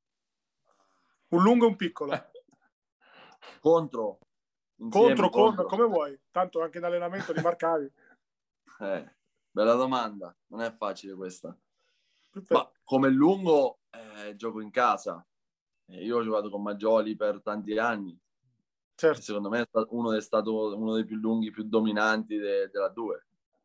S3: Un lungo e un piccolo.
S4: Contro.
S3: Contro,
S4: Insieme,
S3: contro,
S4: contro.
S3: come vuoi. Tanto anche in allenamento li marcavi.
S4: Eh, bella domanda. Non è facile questa.
S3: Perfetto.
S4: Ma come lungo eh, gioco in casa. Eh, io ho giocato con Maggioli per tanti anni.
S3: Certo.
S4: Secondo me è stato uno, è stato uno dei più lunghi, più dominanti de, della due.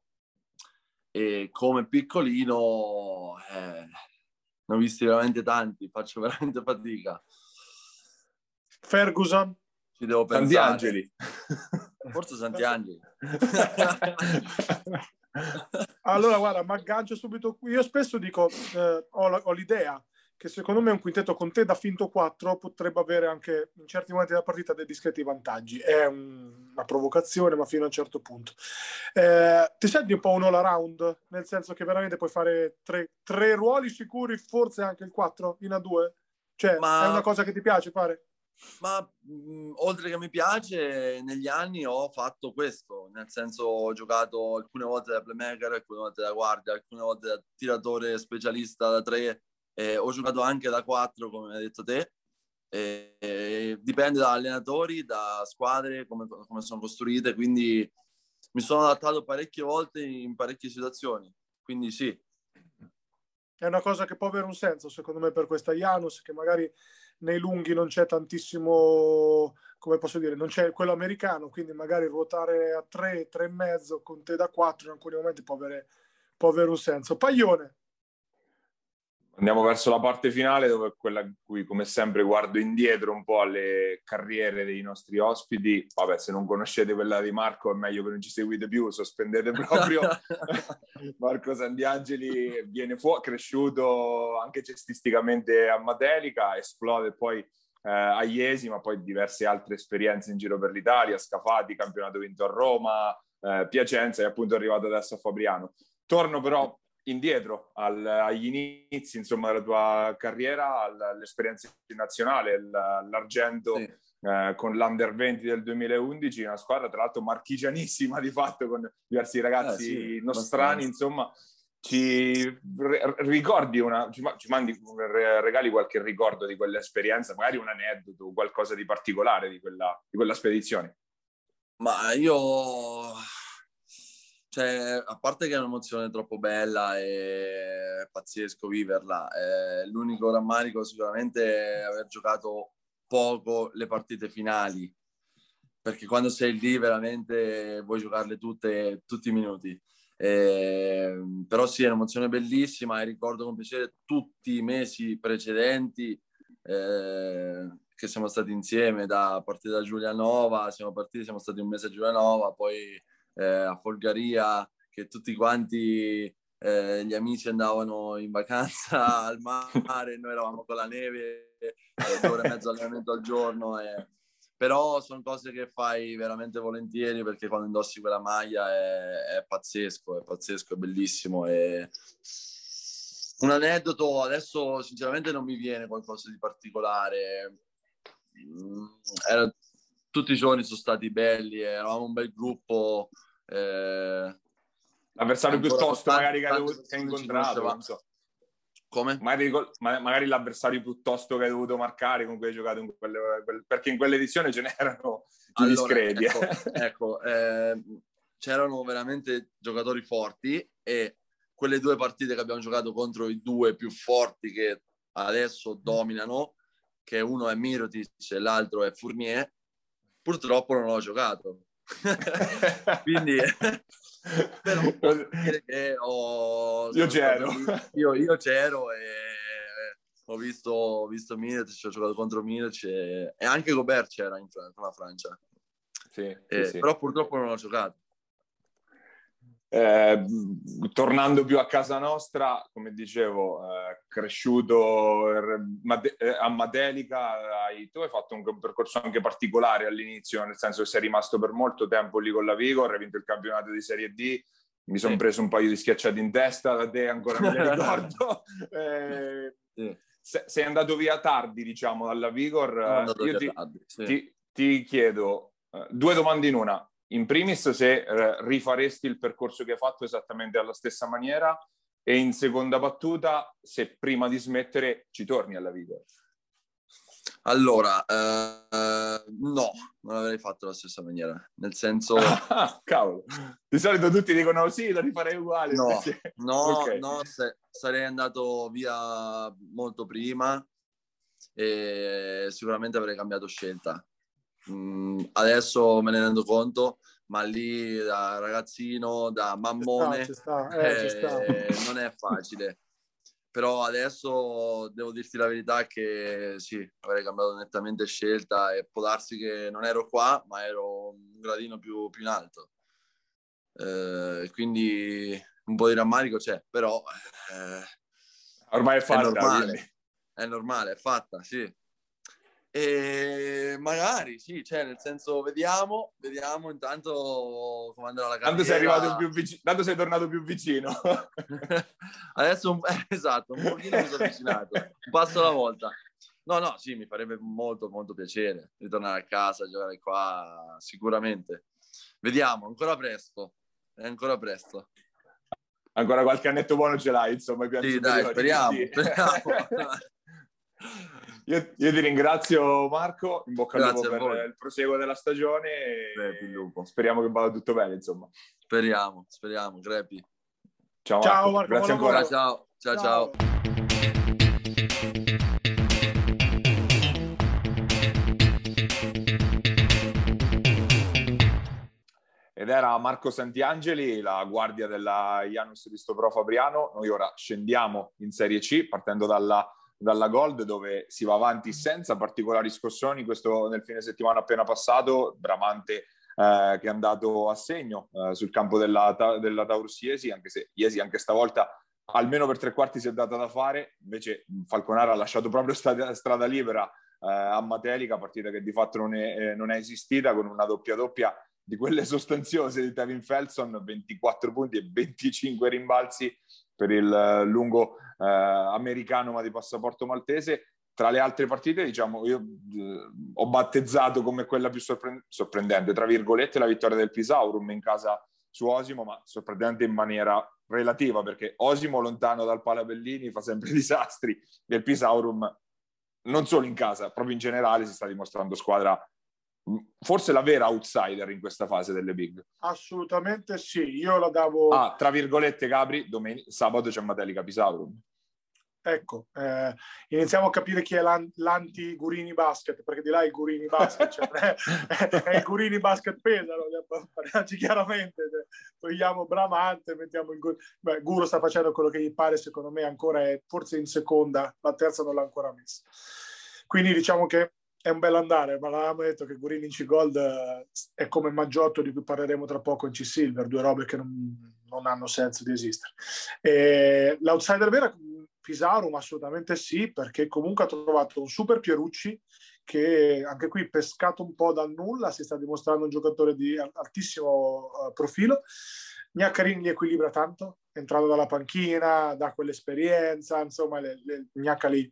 S4: E come piccolino eh, ne ho visti veramente tanti, faccio veramente fatica.
S3: Ferguson.
S4: Ci devo pensare.
S2: Santiangeli.
S4: Forse Santiangeli.
S3: Allora, guarda, mi aggancio subito qui. Io spesso dico, eh, ho, ho l'idea che secondo me un quintetto con te da finto quattro potrebbe avere anche in certi momenti della partita dei discreti vantaggi. È un, una provocazione, ma fino a un certo punto. Eh, ti senti un po' un all around? Nel senso che veramente puoi fare tre, tre ruoli sicuri, forse anche il quattro in A due? Cioè,
S4: ma,
S3: è una cosa che ti piace fare?
S4: Ma mh, oltre che mi piace, negli anni ho fatto questo, nel senso ho giocato alcune volte da playmaker, alcune volte da guardia, alcune volte da tiratore specialista da tre, eh, ho giocato anche da quattro, come hai detto te. E, e dipende da allenatori, da squadre, come, come sono costruite, quindi mi sono adattato parecchie volte in parecchie situazioni, quindi sì.
S3: È una cosa che può avere un senso, secondo me, per questa Janus, che magari nei lunghi non c'è tantissimo, come posso dire, non c'è quello americano, quindi magari ruotare a tre, tre e mezzo con te da quattro in alcuni momenti può avere, può avere un senso. Paglione.
S2: Andiamo verso la parte finale, dove è quella in cui, come sempre, guardo indietro un po' alle carriere dei nostri ospiti. Vabbè, se non conoscete quella di Marco, è meglio che non ci seguite più, sospendete proprio. Marco Santiangeli viene fuori, cresciuto anche cestisticamente a Matelica, esplode poi eh, a Iesi, ma poi diverse altre esperienze in giro per l'Italia, Scafati, campionato vinto a Roma, eh, Piacenza e appunto è arrivato adesso a Fabriano. Torno però indietro al, agli inizi insomma della tua carriera, all'esperienza nazionale, l'argento
S4: sì.
S2: eh, con l'Under venti del duemilaundici, una squadra tra l'altro marchigianissima di fatto, con diversi ragazzi
S4: eh, sì,
S2: nostrani, insomma. Ci ricordi una, ci mandi, regali qualche ricordo di quell'esperienza, magari un aneddoto, qualcosa di particolare di quella, di quella spedizione?
S4: Ma io, cioè, a parte che è un'emozione troppo bella e è pazzesco viverla, eh, l'unico rammarico sicuramente è aver giocato poco le partite finali, perché quando sei lì veramente vuoi giocarle tutte, tutti i minuti. Eh, però sì, è un'emozione bellissima e ricordo con piacere tutti i mesi precedenti eh, che siamo stati insieme, da partire da Giulianova, siamo partiti, siamo stati un mese a Giulianova, poi eh, a Folgaria, che tutti quanti eh, gli amici andavano in vacanza al mare, noi eravamo con la neve, eh, due ore e mezzo allenamento al giorno e... Però sono cose che fai veramente volentieri, perché quando indossi quella maglia è, è pazzesco, è pazzesco, è bellissimo. E... un aneddoto, adesso sinceramente non mi viene qualcosa di particolare. Era... tutti i giorni sono stati belli, eravamo un bel gruppo. Eh...
S2: L'avversario più tosto magari che hai incontrato, non so.
S4: Come?
S2: Magari, magari l'avversario piuttosto che hai dovuto marcare con cui hai giocato in quelle, perché in quell'edizione ce n'erano di
S4: allora,
S2: discreti.
S4: Ecco, ecco eh, c'erano veramente giocatori forti e quelle due partite che abbiamo giocato contro i due più forti che adesso dominano, che uno è Mirotic e l'altro è Fournier, purtroppo non ho giocato. Quindi... però posso dire che ho,
S2: io c'ero
S4: io, io c'ero e ho visto, ho visto Mirotic, ho giocato contro Mirotic e, e anche Gobert c'era in Fran- con la Francia,
S2: sì,
S4: e,
S2: sì, sì.
S4: Però purtroppo non ho giocato.
S2: Eh, tornando più a casa nostra, come dicevo, eh, cresciuto a Matelica, hai, tu hai fatto un percorso anche particolare all'inizio, nel senso che sei rimasto per molto tempo lì con la Vigor, hai vinto il campionato di Serie D, mi sono
S4: sì.
S2: preso un paio di schiacciati in testa da te, ancora me ne ricordo. eh,
S4: sì.
S2: Sei andato via tardi, diciamo, dalla Vigor. Io ti,
S4: tardi, sì.
S2: ti, ti chiedo uh, due domande in una. In primis, se eh, rifaresti il percorso che hai fatto esattamente alla stessa maniera, e in seconda battuta, se prima di smettere ci torni alla Vigor.
S4: Allora, eh, no, non l'avrei fatto alla stessa maniera, nel senso...
S2: Ah, cavolo, di solito tutti dicono sì, lo rifarei uguale.
S4: No,
S2: invece...
S4: no,
S2: okay.
S4: no se, sarei andato via molto prima e sicuramente avrei cambiato scelta. Mm, adesso me ne rendo conto, ma lì da ragazzino, da mammone,
S3: ci sta, ci sta, eh, ci sta.
S4: Eh, non è facile. Però adesso devo dirti la verità che sì, avrei cambiato nettamente scelta e può darsi che non ero qua, ma ero un gradino più, più in alto. Eh, quindi un po' di rammarico c'è, però eh,
S2: ormai è fatta.
S4: È normale,
S2: quindi.
S4: è normale, è fatta, sì. E magari sì, cioè nel senso vediamo, vediamo intanto come andrà la carriera.
S2: Tanto sei arrivato più vicino, tanto sei tornato più vicino.
S4: Adesso un, eh, esatto, un pochino mi sono avvicinato, un passo alla volta. No, no, sì, mi farebbe molto molto piacere ritornare a casa, giocare qua, sicuramente. Vediamo, ancora presto, è ancora presto.
S2: Ancora qualche annetto buono ce l'hai, insomma.
S4: Sì, dai, speriamo, speriamo.
S2: Io, io ti ringrazio, Marco, in bocca al lupo per
S4: voi.
S2: il proseguo della stagione e
S4: Crepi,
S2: speriamo che vada tutto bene, insomma.
S4: Speriamo, speriamo, Crepi.
S2: Ciao Marco,
S3: ciao, Marco
S2: grazie ancora.
S4: Ciao, ciao, ciao. ciao.
S2: Ed era Marco Santiangeli, la guardia della Janus Ristopro Fabriano. Noi ora scendiamo in Serie C, partendo dalla dalla Gold, dove si va avanti senza particolari scossoni. Questo nel fine settimana appena passato, Bramante eh, che è andato a segno eh, sul campo della, della Taurus Iesi, anche se Iesi anche stavolta almeno per tre quarti si è data da fare, invece Falconara ha lasciato proprio strada, strada libera eh, a Matelica, partita che di fatto non è, eh, non è esistita, con una doppia doppia di quelle sostanziose di Tevin Felson, ventiquattro punti e venticinque rimbalzi per il lungo eh, americano ma di passaporto maltese. tra le altre partite, diciamo, io eh, ho battezzato come quella più sorpre- sorprendente, tra virgolette, la vittoria del Pisaurum in casa su Osimo, ma sorprendente in maniera relativa, perché Osimo lontano dal Palabellini fa sempre disastri, e il Pisaurum non solo in casa, proprio in generale si sta dimostrando squadra, forse la vera outsider in questa fase delle big.
S3: Assolutamente sì, io la davo...
S2: Ah, tra virgolette, Gabri, domen- sabato c'è Matelica Pisaurum.
S3: Ecco, eh, iniziamo a capire chi è l'an- l'anti-Gurini Basket, perché di là è il Gurini Basket, cioè, è, è il Gurini Basket Pesaro, parliamoci chiaramente, togliamo Bramante, mettiamo il Gur- Beh, Guro sta facendo quello che gli pare, secondo me ancora è forse in seconda, la terza non l'ha ancora messa. Quindi diciamo che è un bel andare, ma l'avevamo detto che Gurini in C-Gold eh, è come Maggiotto, di cui parleremo tra poco in C-Silver, due robe che non, non hanno senso di esistere. E l'outsider vera Pisaurum assolutamente sì, perché comunque ha trovato un super Pierucci che anche qui pescato un po' dal nulla, si sta dimostrando un giocatore di altissimo uh, profilo. Gnaccarini li equilibra tanto, entrando dalla panchina, dà quell'esperienza, insomma le, le, Gnacca li,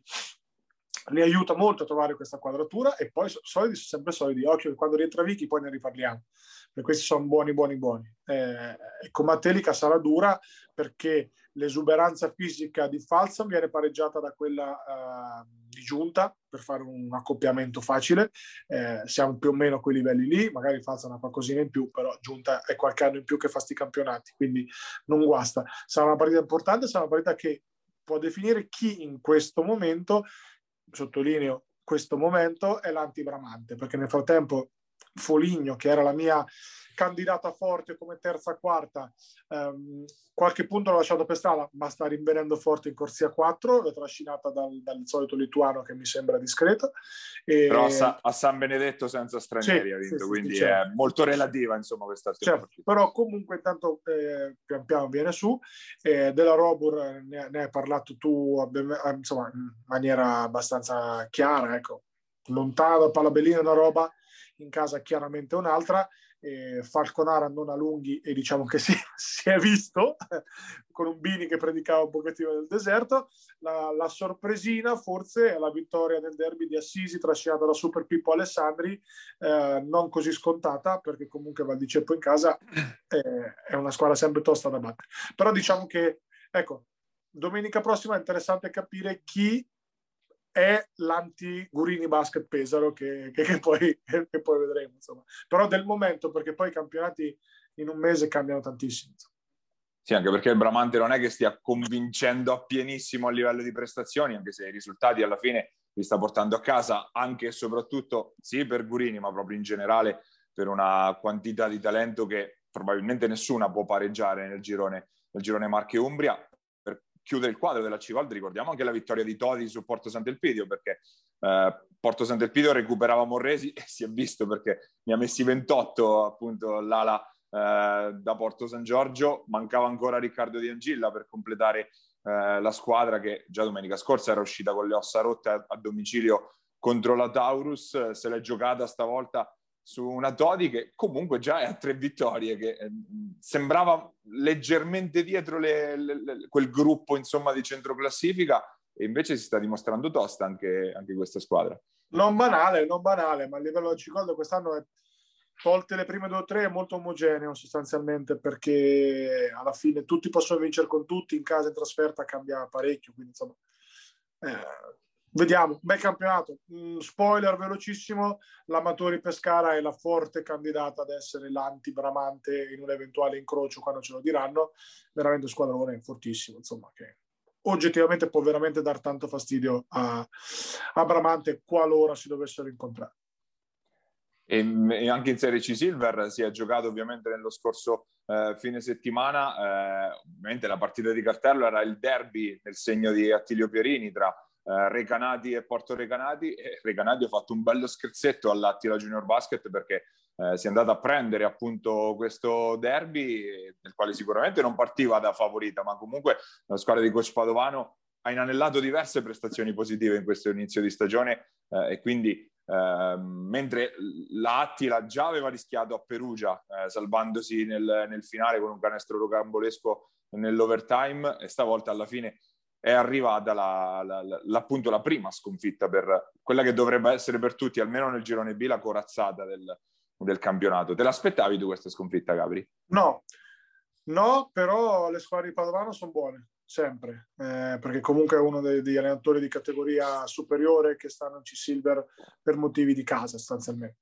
S3: li aiuta molto a trovare questa quadratura, e poi solidi, sempre solidi, occhio che quando rientra Vicky poi ne riparliamo, perché questi sono buoni buoni buoni. Eh, con Matelica sarà dura, perché l'esuberanza fisica di Falsam viene pareggiata da quella uh, di Giunta, per fare un accoppiamento facile. Eh, siamo più o meno a quei livelli lì, magari Falsam ha qualcosina in più, però Giunta è qualche anno in più che fa sti campionati, quindi non guasta. Sarà una partita importante, sarà una partita che può definire chi in questo momento, sottolineo questo momento, è l'antibramante, perché nel frattempo Foligno, che era la mia candidata forte come terza quarta, ehm, qualche punto l'ho lasciato per strada, ma sta rinvenendo forte in corsia quattro, l'ho trascinata dal, dal solito lituano che mi sembra discreto. E...
S2: Però a, Sa- a San Benedetto senza stranieri
S3: sì,
S2: ha vinto,
S3: sì, sì,
S2: quindi
S3: sì, certo.
S2: È molto relativa, insomma, questa
S3: Certo, però comunque intanto eh, pian piano viene su. Eh, della Robur ne, ne hai parlato tu, insomma, in maniera abbastanza chiara, ecco. Lontano da Palabellina è una roba, in casa chiaramente un'altra. Eh, Falconara non a lunghi, e diciamo che si, si è visto con un Bini che predicava un pochettino del deserto. La, la sorpresina forse è la vittoria del derby di Assisi trascinata da Super Pippo Alessandri, eh, non così scontata, perché comunque Val di Ceppo in casa eh, è una squadra sempre tosta da battere, però diciamo che ecco, domenica prossima è interessante capire chi è l'anti-Gurini Basket Pesaro, che, che, che, poi, che poi vedremo, insomma. Però del momento, perché poi i campionati in un mese cambiano tantissimo.
S2: Sì, anche perché il Bramante non è che stia convincendo appienissimo a livello di prestazioni, anche se i risultati alla fine li sta portando a casa, anche e soprattutto, sì, per Gurini, ma proprio in generale per una quantità di talento che probabilmente nessuna può pareggiare nel girone, nel girone Marche-Umbria. Chiudere il quadro della C-Gold, ricordiamo anche la vittoria di Todi su Porto Sant'Elpidio, perché eh, Porto Sant'Elpidio recuperava Morresi e si è visto, perché ne ha messi ventotto appunto l'ala eh, da Porto San Giorgio. Mancava ancora Riccardo Di Angilla per completare eh, la squadra, che già domenica scorsa era uscita con le ossa rotte a, a domicilio contro la Taurus. Se l'è giocata stavolta su una Todi che comunque già è a tre vittorie, che eh, sembrava leggermente dietro le, le, le, quel gruppo, insomma, di centroclassifica, e invece si sta dimostrando tosta anche, anche questa squadra.
S3: Non banale, non banale, ma a livello di C-Gold quest'anno è, tolte le prime due o tre, è molto omogeneo sostanzialmente, perché alla fine tutti possono vincere con tutti, in casa e in trasferta cambia parecchio, quindi insomma eh, vediamo, bel campionato. Mm, spoiler velocissimo, l'Amatori Pescara è la forte candidata ad essere l'anti-Bramante in un eventuale incrocio, quando ce lo diranno. Veramente un squadrone fortissimo, insomma, che oggettivamente può veramente dar tanto fastidio a, a Bramante qualora si dovessero incontrare.
S2: E, e anche in Serie C Silver si è giocato ovviamente nello scorso eh, fine settimana. Eh, ovviamente la partita di cartello era il derby nel segno di Attilio Pierini tra Uh, Recanati e Porto Recanati, e Recanati ha fatto un bello scherzetto all'Attila Junior Basket, perché uh, si è andata a prendere appunto questo derby, nel quale sicuramente non partiva da favorita, ma comunque la squadra di coach Padovano ha inanellato diverse prestazioni positive in questo inizio di stagione, uh, e quindi uh, mentre l'Attila già aveva rischiato a Perugia uh, salvandosi nel, nel finale con un canestro rocambolesco nell'overtime, e stavolta alla fine è arrivata la, la, la, appunto la prima sconfitta per quella che dovrebbe essere per tutti, almeno nel girone B, la corazzata del, del campionato. Te l'aspettavi tu questa sconfitta, Gabri?
S3: No, no, però le squadre di Padovano sono buone, sempre, eh, perché comunque è uno dei, degli allenatori di categoria superiore che stanno in C-Silver per motivi di casa, sostanzialmente.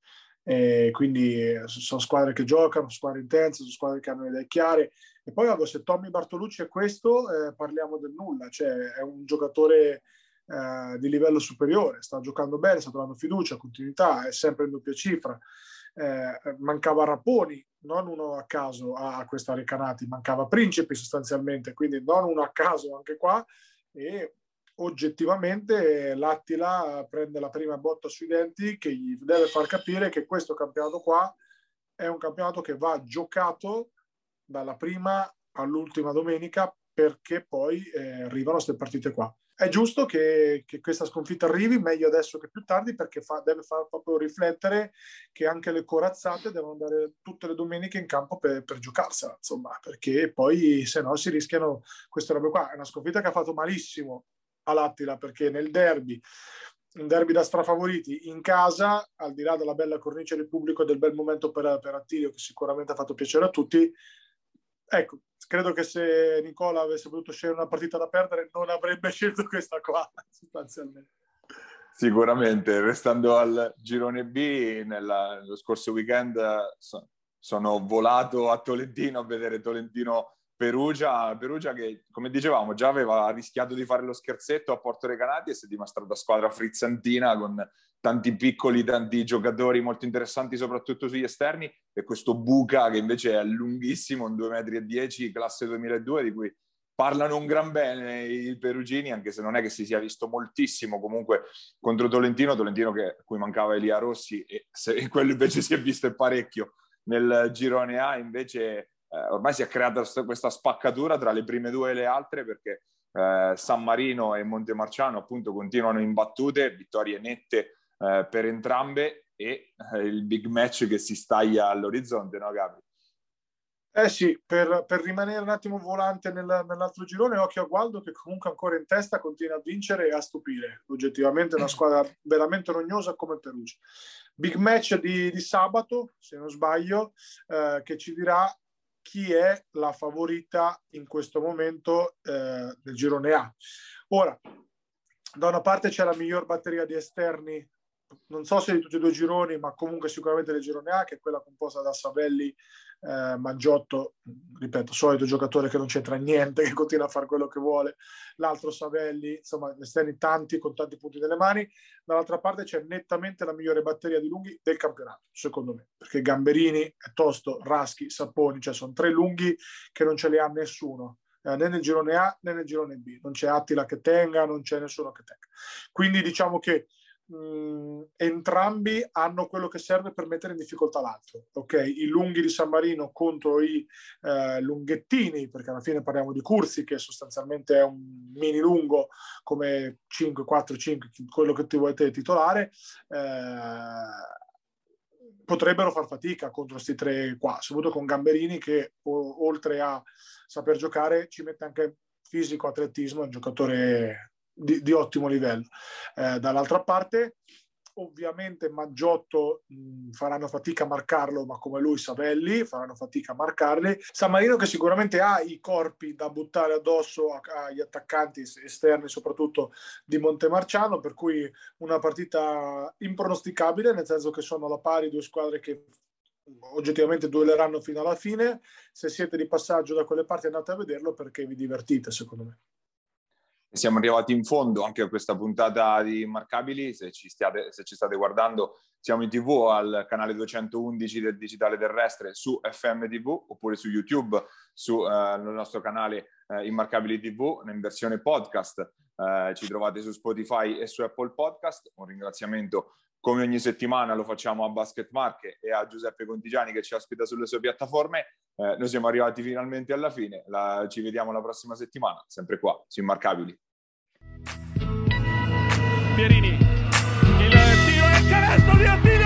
S3: E quindi sono squadre che giocano, squadre intense, sono squadre che hanno le idee chiare. E poi allora, se Tommy Bartolucci è questo, eh, parliamo del nulla, cioè è un giocatore eh, di livello superiore, sta giocando bene, sta trovando fiducia, continuità, è sempre in doppia cifra. Eh, mancava Rapponi, non uno a caso a questa Recanati, mancava Principi sostanzialmente, quindi non uno a caso anche qua, e oggettivamente l'Attila prende la prima botta sui denti che gli deve far capire che questo campionato qua è un campionato che va giocato dalla prima all'ultima domenica, perché poi eh, arrivano queste partite qua. È giusto che, che questa sconfitta arrivi, meglio adesso che più tardi, perché fa, deve far proprio riflettere che anche le corazzate devono andare tutte le domeniche in campo per, per giocarsela, insomma, perché poi se no si rischiano queste robe qua. È una sconfitta che ha fatto malissimo all'Attila, perché nel derby, un derby da strafavoriti in casa, al di là della bella cornice del pubblico e del bel momento per, per Attilio, che sicuramente ha fatto piacere a tutti, ecco, credo che se Nicola avesse potuto scegliere una partita da perdere non avrebbe scelto questa qua, sostanzialmente.
S2: Sicuramente, restando al girone B, nella, nello scorso weekend so, sono volato a Tolentino a vedere Tolentino Perugia, Perugia che, come dicevamo, già aveva rischiato di fare lo scherzetto a Porto Recanati e si è dimostrata squadra frizzantina con tanti piccoli, tanti giocatori molto interessanti, soprattutto sugli esterni, e questo Buca che invece è lunghissimo, un due metri e dieci, classe duemiladue, di cui parlano un gran bene i perugini, anche se non è che si sia visto moltissimo comunque contro Tolentino, Tolentino che, a cui mancava Elia Rossi, e se, quello invece si è visto parecchio nel girone A. Invece Eh, ormai si è creata questa spaccatura tra le prime due e le altre, perché eh, San Marino e Montemarciano appunto continuano imbattute, vittorie nette eh, per entrambe, e eh, il big match che si staglia all'orizzonte, no Gabri?
S3: Eh sì, per, per rimanere un attimo volante nel, nell'altro girone, occhio a Gualdo che comunque ancora in testa continua a vincere e a stupire. Oggettivamente è una squadra veramente rognosa come Perugia. Big match di, di sabato, se non sbaglio, eh, che ci dirà chi è la favorita in questo momento eh, del girone A. Ora, da una parte c'è la miglior batteria di esterni, non so se di tutti e due i gironi, ma comunque sicuramente del girone A, che è quella composta da Savelli, eh, Maggiotto, ripeto, solito giocatore che non c'entra niente, che continua a fare quello che vuole, l'altro Savelli, insomma, esterni tanti, con tanti punti nelle mani. Dall'altra parte c'è nettamente la migliore batteria di lunghi del campionato, secondo me, perché Gamberini, Tosto, Raschi, Sapponi, cioè sono tre lunghi che non ce li ha nessuno, eh, né nel girone A né nel girone B, non c'è Attila che tenga, non c'è nessuno che tenga. Quindi diciamo che mh, entrambi hanno quello che serve per mettere in difficoltà l'altro, ok? I lunghi di San Marino contro i eh, lunghettini, perché alla fine parliamo di Curzi, che sostanzialmente è un mini lungo come cinque, quattro, cinque, quello che ti volete titolare, eh, potrebbero far fatica contro questi tre qua, soprattutto con Gamberini che o, oltre a saper giocare ci mette anche fisico, atletismo, è un giocatore di, di ottimo livello. Eh, dall'altra parte ovviamente Maggiotto mh, faranno fatica a marcarlo, ma come lui Savelli faranno fatica a marcarli. San Marino che sicuramente ha i corpi da buttare addosso agli attaccanti esterni, soprattutto di Montemarciano, per cui una partita impronosticabile, nel senso che sono alla pari due squadre che oggettivamente duelleranno fino alla fine. Se siete di passaggio da quelle parti andate a vederlo, perché vi divertite, secondo me.
S2: Siamo arrivati in fondo anche a questa puntata di Immarcabili. Se ci, stiate, se ci state guardando, siamo in tivù al canale duecentoundici del Digitale Terrestre su F M T V, oppure su YouTube sul eh, nostro canale eh, Immarcabili T V in versione podcast. Eh, ci trovate su Spotify e su Apple Podcast. Un ringraziamento come ogni settimana lo facciamo a Basket Marche e a Giuseppe Contigiani che ci ospita sulle sue piattaforme. Eh, noi siamo arrivati finalmente alla fine, la, ci vediamo la prossima settimana, sempre qua, su Immarcabili.
S1: Pierini, il tiro e il canestro di Attila!